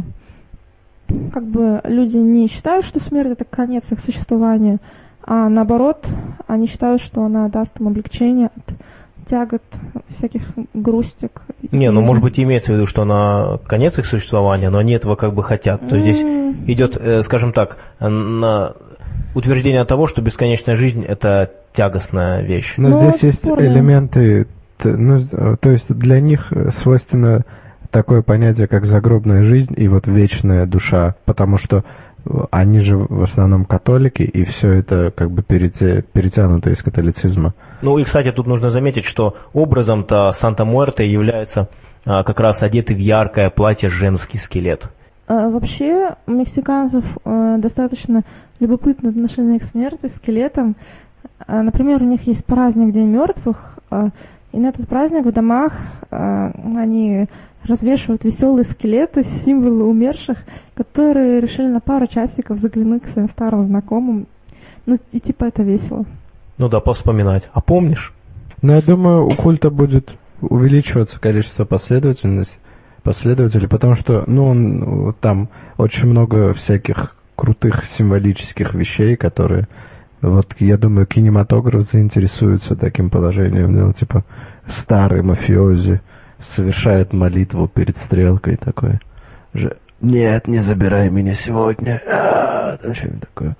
как бы люди не считают, что смерть — это конец их существования, а наоборот, они считают, что она даст им облегчение от тягот, всяких грустик. Не, ну может быть имеется в виду, что она конец их существования, но они этого как бы хотят. То есть здесь идет, скажем так, на утверждение того, что бесконечная жизнь — это тягостная вещь. Но ну, здесь есть спорно. Элементы, ну, то есть для них свойственно такое понятие, как загробная жизнь и вот вечная душа, потому что они же в основном католики, и все это как бы перетя... перетянуто из католицизма. Ну и, кстати, тут нужно заметить, что образом-то Санта-Муэрте является а, как раз одетый в яркое платье женский скелет. А, вообще, у мексиканцев а, достаточно любопытное отношение к смерти, скелетам. А, например, у них есть праздник День мертвых, а, и на этот праздник в домах а, они развешивают веселые скелеты, символы умерших, которые решили на пару часиков заглянуть к своим старым знакомым. Ну, и типа это весело. Ну да, повспоминать. А помнишь? Ну, я думаю, у культа будет увеличиваться количество последовательностей, последователей, потому что, ну, он, там очень много всяких крутых символических вещей, которые, вот, я думаю, кинематограф заинтересуется таким положением, ну, типа, старый мафиози совершает молитву перед стрелкой такой же. Нет, не забирай меня сегодня. А-а-а, там что-нибудь такое.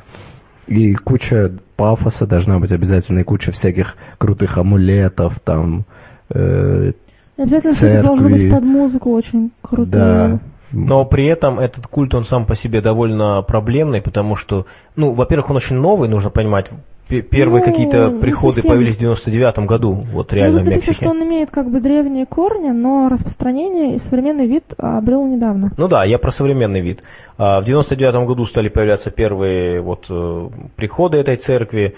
И куча пафоса должна быть обязательно, и куча всяких крутых амулетов, там, э, обязательно церкви. Должно быть под музыку очень крутые. Да. Но при этом этот культ, он сам по себе довольно проблемный, потому что, ну, во-первых, он очень новый, нужно понимать. Первые ну, какие-то приходы совсем... появились в девяносто девятом году, вот реально ну, в Мексике. Что он имеет как бы древние корни, но распространение и современный вид обрел недавно. Ну да, я про современный вид. В девяносто девятом году стали появляться первые вот приходы этой церкви,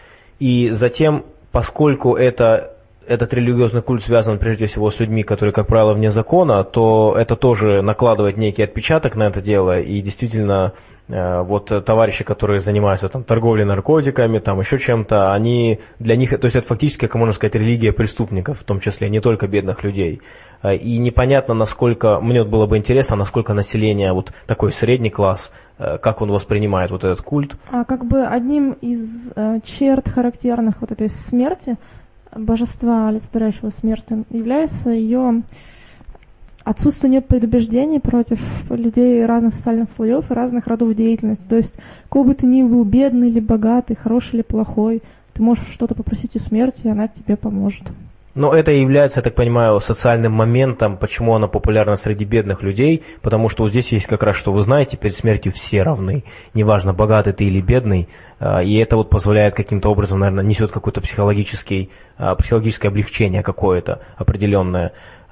и затем, поскольку это, этот религиозный культ связан прежде всего с людьми, которые, как правило, вне закона, то это тоже накладывает некий отпечаток на это дело, и действительно... Вот товарищи, которые занимаются там торговлей наркотиками, там еще чем-то, они для них, то есть это фактически, как можно сказать, религия преступников, в том числе, не только бедных людей. И непонятно, насколько, мне вот было бы интересно, насколько население, вот такой средний класс, как он воспринимает вот этот культ. А как бы одним из черт характерных вот этой смерти, божества, олицетворяющего смерть, является ее... отсутствие нет предубеждений против людей разных социальных слоев и разных родов деятельности. То есть, какой бы ты ни был, бедный или богатый, хороший или плохой, ты можешь что-то попросить у смерти, и она тебе поможет. Но это и является, я так понимаю, социальным моментом, почему она популярна среди бедных людей, потому что вот здесь есть как раз, что вы знаете, перед смертью все равны. Неважно, богатый ты или бедный, и это вот позволяет каким-то образом, наверное, несет какое-то психологический, психологическое облегчение какое-то определенное.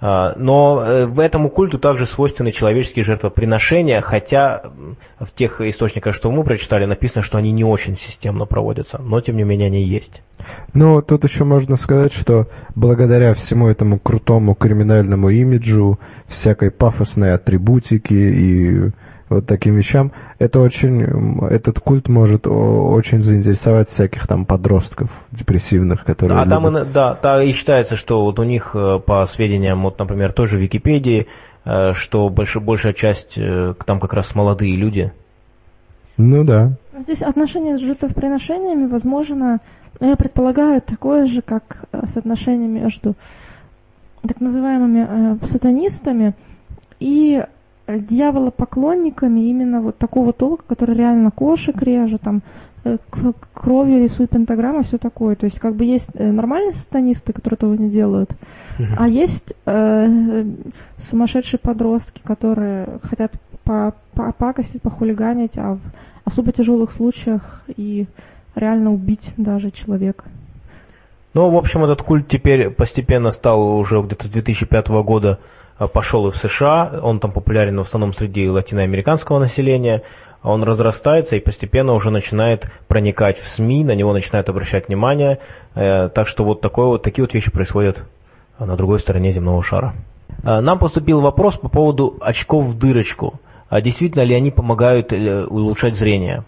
Но в этому культу также свойственны человеческие жертвоприношения, хотя в тех источниках, что мы прочитали, написано, что они не очень системно проводятся, но тем не менее они есть. Ну, тут еще можно сказать, что благодаря всему этому крутому криминальному имиджу, всякой пафосной атрибутике и вот таким вещам, это очень, этот культ может очень заинтересовать всяких там подростков депрессивных, которые а любят. там и, да, там и считается, что вот у них, по сведениям, вот, например, тоже в Википедии, что больш, большая часть там как раз молодые люди. Ну да. Здесь отношение с жертвоприношениями, возможно, я предполагаю, такое же, как соотношение между так называемыми э, сатанистами и дьяволопоклонниками именно вот такого толка, который реально кошек режет, там, э, кровью рисует пентаграммы, все такое. То есть как бы есть э, нормальные сатанисты, которые этого не делают, mm-hmm. а есть э, сумасшедшие подростки, которые хотят попакостить, похулиганить, а в особо тяжелых случаях и реально убить даже человека. Ну, в общем, этот культ теперь постепенно стал уже где-то с две тысячи пятого года пошел и в США, он там популярен в основном среди латиноамериканского населения, он разрастается и постепенно уже начинает проникать в СМИ, на него начинают обращать внимание, так что вот, такое, вот такие вот вещи происходят на другой стороне земного шара. Нам поступил вопрос по поводу очков в дырочку. Действительно ли они помогают улучшать зрение?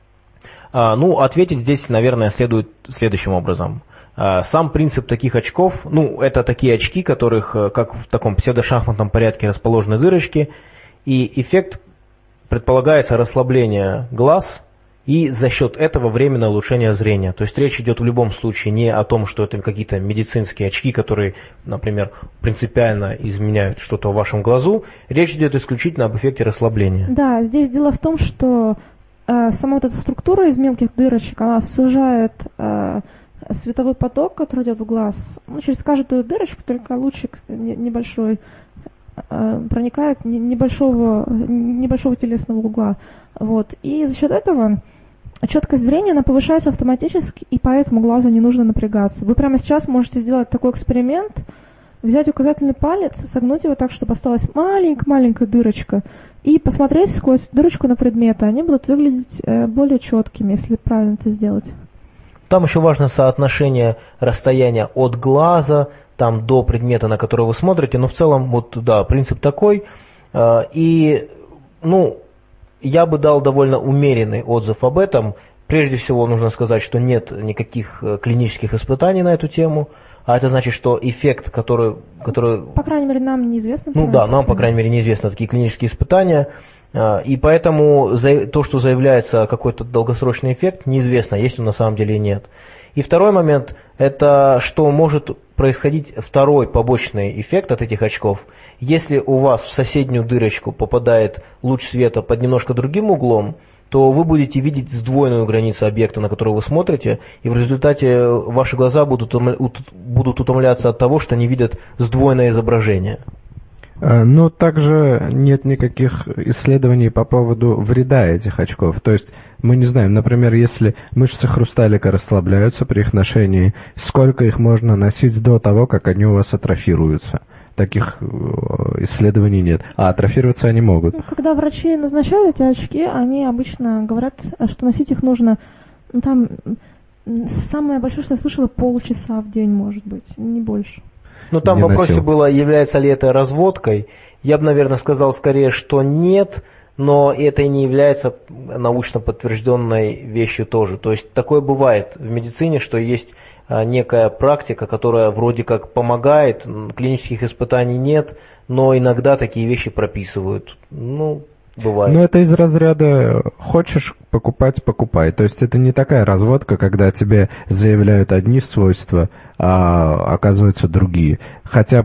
Ну, ответить здесь, наверное, следует следующим образом. Сам принцип таких очков, ну, это такие очки, которых, как в таком псевдошахматном порядке расположены дырочки, и эффект предполагается расслабление глаз и за счет этого временное улучшение зрения. То есть речь идет в любом случае не о том, что это какие-то медицинские очки, которые, например, принципиально изменяют что-то в вашем глазу. Речь идет исключительно об эффекте расслабления. Да, здесь дело в том, что э, сама вот эта структура из мелких дырочек, она сужает э, световой поток, который идет в глаз, ну, через каждую дырочку только лучик небольшой э, проникает небольшого, небольшого телесного угла. Вот. И за счет этого четкость зрения, она повышается автоматически, и поэтому глазу не нужно напрягаться. Вы прямо сейчас можете сделать такой эксперимент, взять указательный палец, согнуть его так, чтобы осталась маленькая-маленькая дырочка, и посмотреть сквозь дырочку на предметы. Они будут выглядеть э, более четкими, если правильно это сделать. Там еще важно соотношение расстояния от глаза там, до предмета, на который вы смотрите, но в целом, вот, да, принцип такой. Э, и, ну, я бы дал довольно умеренный отзыв об этом. Прежде всего, нужно сказать, что нет никаких клинических испытаний на эту тему. А это значит, что эффект, который... который по крайней мере, нам неизвестно. Ну да, нам, по крайней мере, неизвестны такие клинические испытания. И поэтому то, что заявляется какой-то долгосрочный эффект, неизвестно, есть он на самом деле или нет. И второй момент, это что может происходить второй побочный эффект от этих очков. Если у вас в соседнюю дырочку попадает луч света под немножко другим углом, то вы будете видеть сдвоенную границу объекта, на который вы смотрите, и в результате ваши глаза будут, будут утомляться от того, что они видят сдвоенное изображение. Но также нет никаких исследований по поводу вреда этих очков. То есть мы не знаем, например, если мышцы хрусталика расслабляются при их ношении, сколько их можно носить до того, как они у вас атрофируются. Таких исследований нет. А атрофироваться они могут. Когда врачи назначают эти очки, они обычно говорят, что носить их нужно, ну, там, самое большое, что я слышала, полчаса в день, может быть, не больше. Ну, там в вопросе носил. было, является ли это разводкой. Я бы, наверное, сказал скорее, что нет, но это и не является научно подтвержденной вещью тоже. То есть такое бывает в медицине, что есть некая практика, которая вроде как помогает, клинических испытаний нет, но иногда такие вещи прописывают. Ну, бывает. Ну, это из разряда «хочешь покупать, покупай». То есть это не такая разводка, когда тебе заявляют одни свойства, а оказываются другие. Хотя,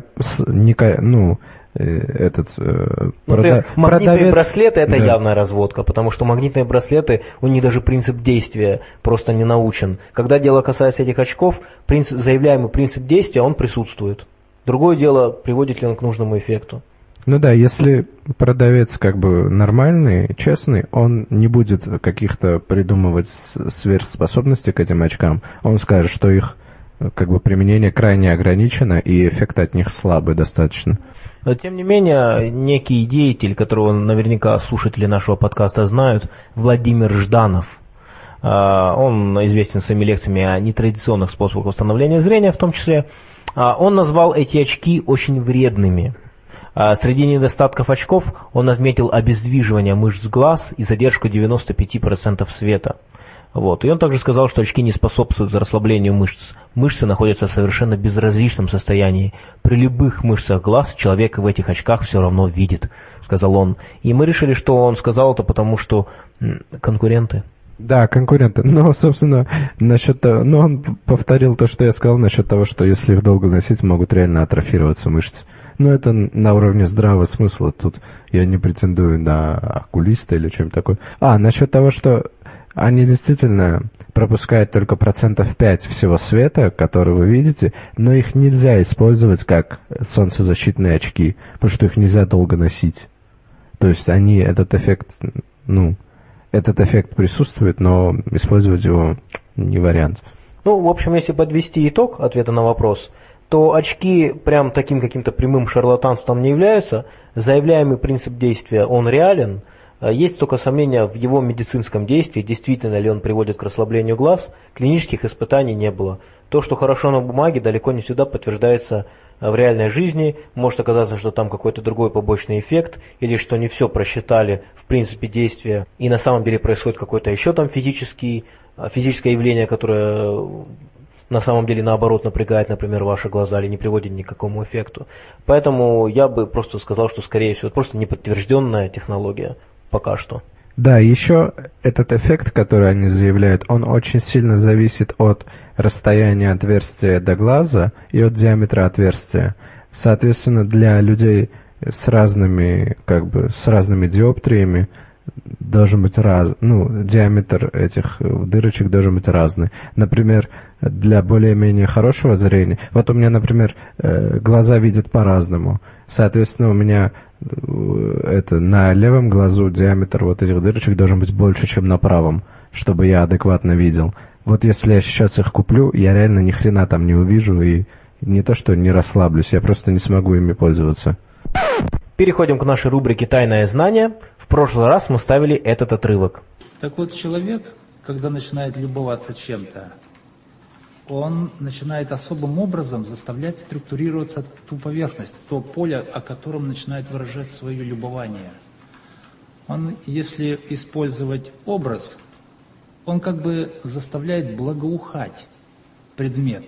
ну, этот э, прода- магнитные продавец... браслеты — это да. явная разводка, потому что магнитные браслеты, у них даже принцип действия просто не научен. Когда дело касается этих очков, принцип, заявляемый принцип действия, он присутствует. Другое дело, приводит ли он к нужному эффекту. Ну да, если продавец как бы нормальный, честный, он не будет каких-то придумывать сверхспособностей к этим очкам. Он скажет, что их как бы применение крайне ограничено и эффект от них слабый достаточно. Но тем не менее, некий деятель, которого наверняка слушатели нашего подкаста знают, Владимир Жданов, он известен своими лекциями о нетрадиционных способах восстановления зрения в том числе, он назвал эти очки очень вредными. Среди недостатков очков он отметил обездвиживание мышц глаз и задержку девяносто пять процентов света. Вот. И он также сказал, что очки не способствуют расслаблению мышц. Мышцы находятся в совершенно безразличном состоянии. При любых мышцах глаз человек в этих очках все равно видит, сказал он. И мы решили, что он сказал это потому, что конкуренты. Да, конкуренты. Но, собственно, насчет того, но он повторил то, что я сказал насчет того, что если их долго носить, могут реально атрофироваться мышцы. Но это на уровне здравого смысла. Тут я не претендую на окулиста или чем-то такое. А, насчет того, что они действительно пропускают только процентов пять всего света, который вы видите, но их нельзя использовать как солнцезащитные очки, потому что их нельзя долго носить. То есть они, этот эффект, ну, этот эффект присутствует, но использовать его не вариант. Ну, в общем, если подвести итог ответа на вопрос, то очки прям таким каким-то прямым шарлатанством не являются. Заявляемый принцип действия, он реален. Есть только сомнения в его медицинском действии, действительно ли он приводит к расслаблению глаз. Клинических испытаний не было. То, что хорошо на бумаге, далеко не всегда подтверждается в реальной жизни. Может оказаться, что там какой-то другой побочный эффект, или что не все просчитали в принципе действия, и на самом деле происходит какое-то еще там физический, физическое явление, которое на самом деле наоборот напрягает, например, ваши глаза или не приводит ни к какому эффекту. Поэтому я бы просто сказал, что скорее всего это просто неподтвержденная технология пока что. Да, еще этот эффект, который они заявляют, он очень сильно зависит от расстояния отверстия до глаза и от диаметра отверстия. Соответственно, для людей с разными, как бы, с разными диоптриями должен быть раз, ну, диаметр этих дырочек должен быть разный. Например, для более-менее хорошего зрения, вот у меня, например, глаза видят по-разному. Соответственно, у меня это на левом глазу диаметр вот этих дырочек должен быть больше, чем на правом, чтобы я адекватно видел. Вот если я сейчас их куплю, я реально ни хрена там не увижу и не то что не расслаблюсь, я просто не смогу ими пользоваться. Переходим к нашей рубрике «Тайное знание». В прошлый раз мы ставили этот отрывок. Так вот, человек, когда начинает любоваться чем-то, он начинает особым образом заставлять структурироваться ту поверхность, то поле, о котором начинает выражать свое любование. Он, если использовать образ, он как бы заставляет благоухать предмет.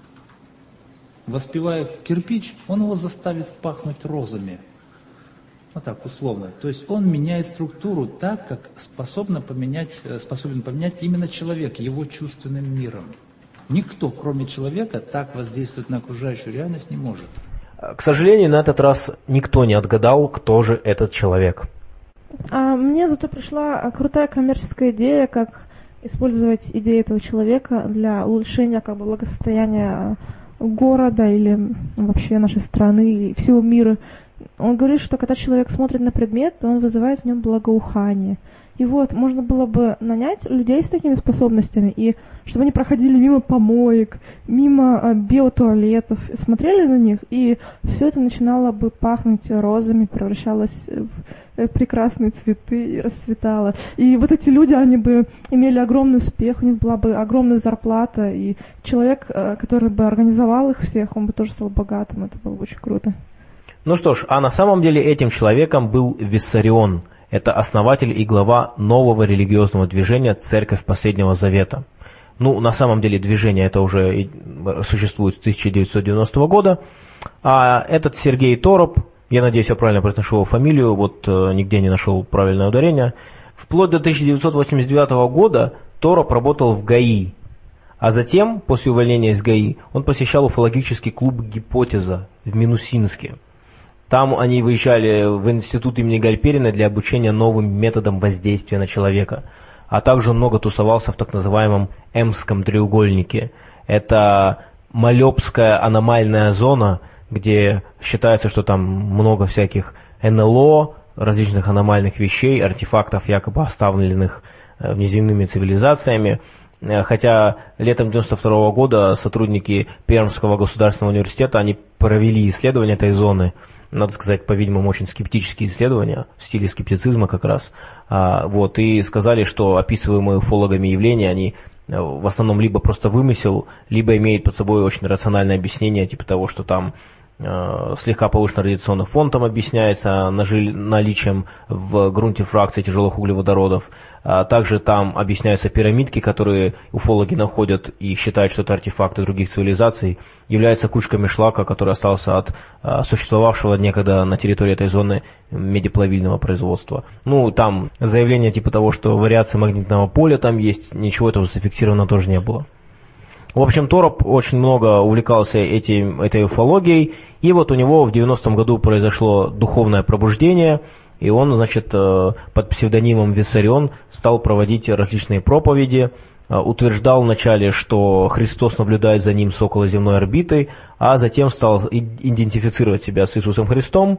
Воспевая кирпич, он его заставит пахнуть розами. Вот так, условно. То есть он меняет структуру так, как способен поменять, способен поменять именно человек, его чувственным миром. Никто, кроме человека, так воздействовать на окружающую реальность не может. К сожалению, на этот раз никто не отгадал, кто же этот человек. А мне зато пришла крутая коммерческая идея, как использовать идеи этого человека для улучшения как бы благосостояния города или вообще нашей страны и всего мира. Он говорит, что когда человек смотрит на предмет, он вызывает в нем благоухание. И вот, можно было бы нанять людей с такими способностями, и чтобы они проходили мимо помоек, мимо а, биотуалетов, смотрели на них, и все это начинало бы пахнуть розами, превращалось в прекрасные цветы и расцветало. И вот эти люди, они бы имели огромный успех, у них была бы огромная зарплата, и человек, который бы организовал их всех, он бы тоже стал богатым, это было бы очень круто. Ну что ж, а на самом деле этим человеком был Виссарион. Это основатель и глава нового религиозного движения «Церковь Последнего Завета». Ну, на самом деле движение это уже существует с тысяча девятьсот девяностого года. А этот Сергей Тороп, я надеюсь, я правильно произношу его фамилию, вот нигде не нашел правильное ударение. Вплоть до тысяча девятьсот восемьдесят девятого года Тороп работал в ГАИ. А затем, после увольнения из ГАИ, он посещал уфологический клуб «Гипотеза» в Минусинске. Там они выезжали в институт имени Гальперина для обучения новым методам воздействия на человека. А также он много тусовался в так называемом Эмском треугольнике. Это Малёбская аномальная зона, где считается, что там много всяких эн эл о, различных аномальных вещей, артефактов, якобы оставленных внеземными цивилизациями. Хотя летом девяносто второго года сотрудники Пермского государственного университета, они провели исследование этой зоны, надо сказать, по-видимому, очень скептические исследования, в стиле скептицизма как раз, вот, и сказали, что описываемые уфологами явления, они в основном либо просто вымысел, либо имеют под собой очень рациональное объяснение, типа того, что там слегка повышенный радиационный фон там объясняется наличием в грунте фракций тяжелых углеводородов. Также там объясняются пирамидки, которые уфологи находят и считают, что это артефакты других цивилизаций. Являются кучками шлака, который остался от существовавшего некогда на территории этой зоны медиплавильного производства. Ну, там заявление типа того, что вариации магнитного поля там есть, ничего этого зафиксировано тоже не было. В общем, Тороп очень много увлекался этим, этой уфологией, и вот у него в девяностом году произошло духовное пробуждение, и он, значит, под псевдонимом Виссарион стал проводить различные проповеди, утверждал вначале, что Христос наблюдает за ним с околоземной орбиты, а затем стал идентифицировать себя с Иисусом Христом,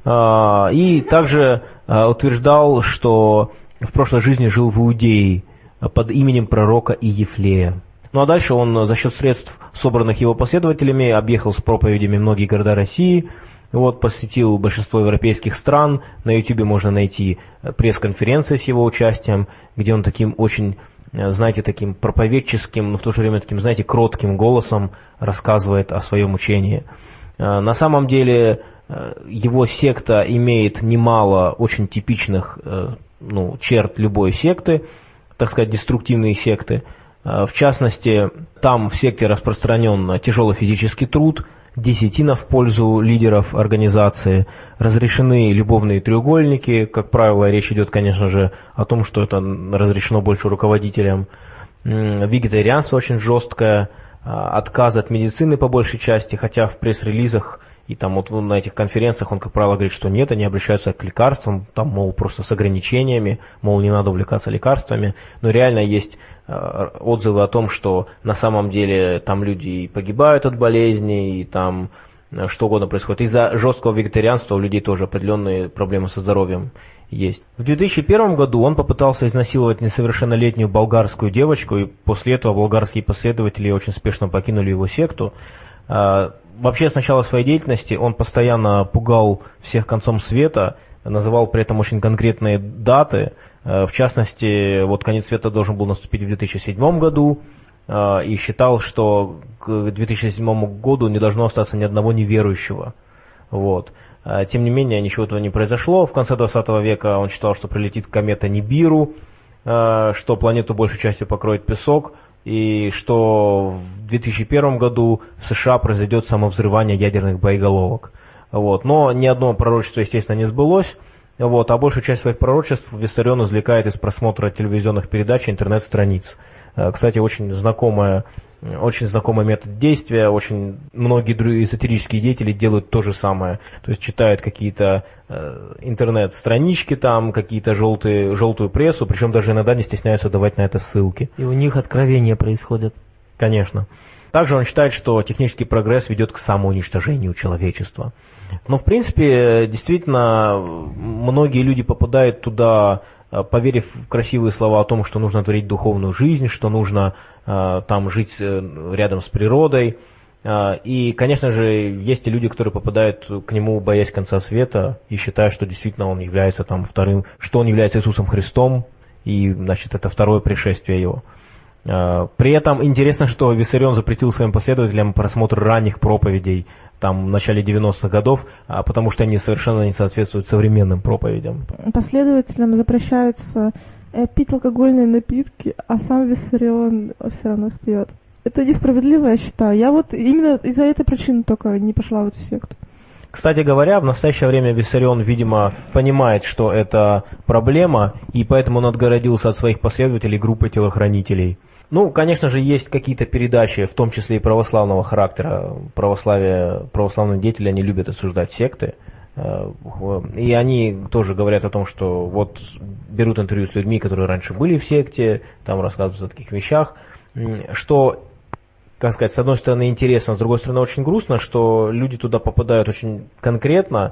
и также утверждал, что в прошлой жизни жил в Иудее под именем пророка Иефлея. Ну а дальше он за счет средств, собранных его последователями, объехал с проповедями многие города России, вот, посетил большинство европейских стран. На ютубе можно найти пресс-конференции с его участием, где он таким очень, знаете, таким проповедческим, но в то же время таким, знаете, кротким голосом рассказывает о своем учении. На самом деле его секта имеет немало очень типичных, ну, черт любой секты, так сказать, деструктивные секты. В частности, там в секте распространен тяжелый физический труд, десятина в пользу лидеров организации, разрешены любовные треугольники, как правило, речь идет, конечно же, о том, что это разрешено больше руководителям, вегетарианство очень жесткое, отказ от медицины по большей части, хотя в пресс-релизах и там вот на этих конференциях он, как правило, говорит, что нет, они обращаются к лекарствам, там, мол, просто с ограничениями, мол, не надо увлекаться лекарствами, но реально есть отзывы о том, что на самом деле там люди погибают от болезней, и там что угодно происходит. Из-за жесткого вегетарианства у людей тоже определенные проблемы со здоровьем есть. В две тысячи первом году он попытался изнасиловать несовершеннолетнюю болгарскую девочку, и после этого болгарские последователи очень спешно покинули его секту. Вообще, с начала своей деятельности он постоянно пугал всех концом света, называл при этом очень конкретные даты. В частности, вот конец света должен был наступить в две тысячи седьмом году, и считал, что к две тысячи седьмому году не должно остаться ни одного неверующего. Вот. Тем не менее, ничего этого не произошло. В конце двадцатого века он считал, что прилетит комета Нибиру, что планету большей частью покроет песок, и что в две тысячи первом году в США произойдет самовзрывание ядерных боеголовок. Вот. Но ни одно пророчество, естественно, не сбылось. Вот. А большую часть своих пророчеств Виссарион извлекает из просмотра телевизионных передач и интернет-страниц. Кстати, очень знакомая, очень знакомый метод действия, очень многие другие эзотерические деятели делают то же самое. То есть читают какие-то э, интернет-странички, там, какие-то желтые, желтую прессу, причем даже иногда не стесняются давать на это ссылки. И у них откровения происходят. Конечно. Также он считает, что технический прогресс ведет к самоуничтожению человечества. Но, в принципе, действительно, многие люди попадают туда, поверив в красивые слова о том, что нужно творить духовную жизнь, что нужно э, там жить рядом с природой. Э, и, конечно же, есть и люди, которые попадают к нему, боясь конца света, и считая, что действительно он является там вторым, что он является Иисусом Христом, и, значит, это второе пришествие его. Э, при этом интересно, что Виссарион запретил своим последователям просмотр ранних проповедей там, в начале девяностых годов, а потому что они совершенно не соответствуют современным проповедям. Последователям запрещается э, пить алкогольные напитки, а сам Виссарион все равно их пьет. Это несправедливо, я считаю. Я вот именно из-за этой причины только не пошла в эту секту. Кстати говоря, в настоящее время Виссарион, видимо, понимает, что это проблема, и поэтому он отгородился от своих последователей группой телохранителей. Ну, конечно же, есть какие-то передачи, в том числе и православного характера. Православие, православные деятели, они любят осуждать секты. И они тоже говорят о том, что вот берут интервью с людьми, которые раньше были в секте, там рассказывают о таких вещах, что, как сказать, с одной стороны интересно, с другой стороны очень грустно, что люди туда попадают очень конкретно,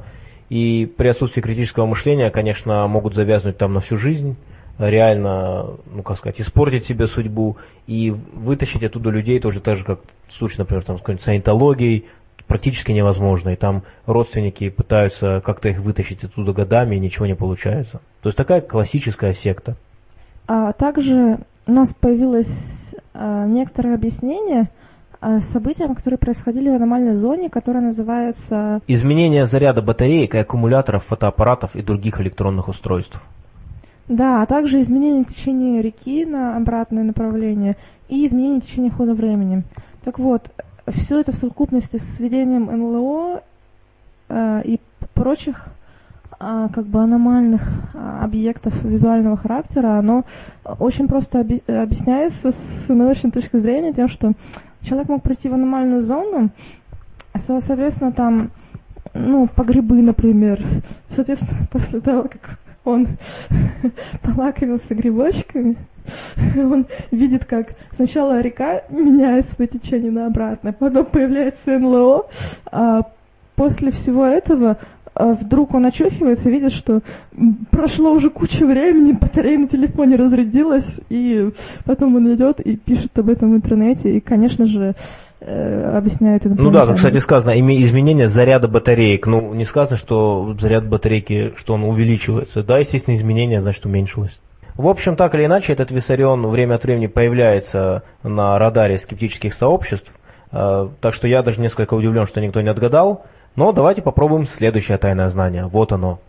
И при отсутствии критического мышления, конечно, могут завязнуть там на всю жизнь, реально, ну как сказать, испортить себе судьбу и вытащить оттуда людей тоже так же, как в случае, например, там, с какой-нибудь саентологией, практически невозможно. И там родственники пытаются как-то их вытащить оттуда годами, и ничего не получается. То есть такая классическая секта. А также у нас появилось а, некоторое объяснение а, событиям, которые происходили в аномальной зоне, которая называется... Изменение заряда батареек и аккумуляторов, фотоаппаратов и других электронных устройств. Да, а также изменение течения реки на обратное направление и изменение течения хода времени. Так вот, все это в совокупности с введением эн эл о э, и прочих э, как бы аномальных э, объектов визуального характера, оно очень просто оби- объясняется с научной точки зрения тем, что человек мог прийти в аномальную зону, соответственно, там, ну, по грибы, например, соответственно, после того, как он полакомился грибочками, он видит, как сначала река меняет свое течение на обратное, потом появляется эн эл о, а после всего этого вдруг он очухивается и видит, что прошло уже куча времени, батарея на телефоне разрядилась, и потом он идет и пишет об этом в интернете, и, конечно же, объясняет это. Ну да, тут, кстати, сказано изменение заряда батареек. Ну, не сказано, что заряд батарейки, что он увеличивается. Да, естественно, изменение, значит, уменьшилось. В общем, так или иначе, этот Виссарион время от времени появляется на радаре скептических сообществ. Так что я даже несколько удивлен, что никто не отгадал. Но давайте попробуем следующее тайное знание. Вот оно.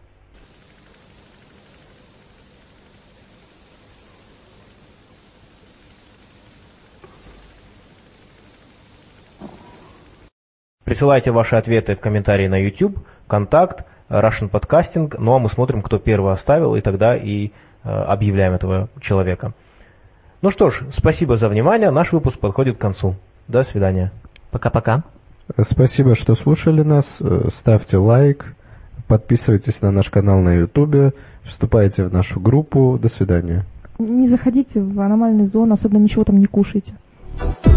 Присылайте ваши ответы в комментарии на YouTube, Контакт, Russian Podcasting. Ну а мы смотрим, кто первый оставил, и тогда и э, объявляем этого человека. Ну что ж, спасибо за внимание. Наш выпуск подходит к концу. До свидания. Пока-пока. Спасибо, что слушали нас. Ставьте лайк, подписывайтесь на наш канал на YouTube, вступайте в нашу группу. До свидания. Не заходите в аномальную зону, особенно ничего там не кушайте.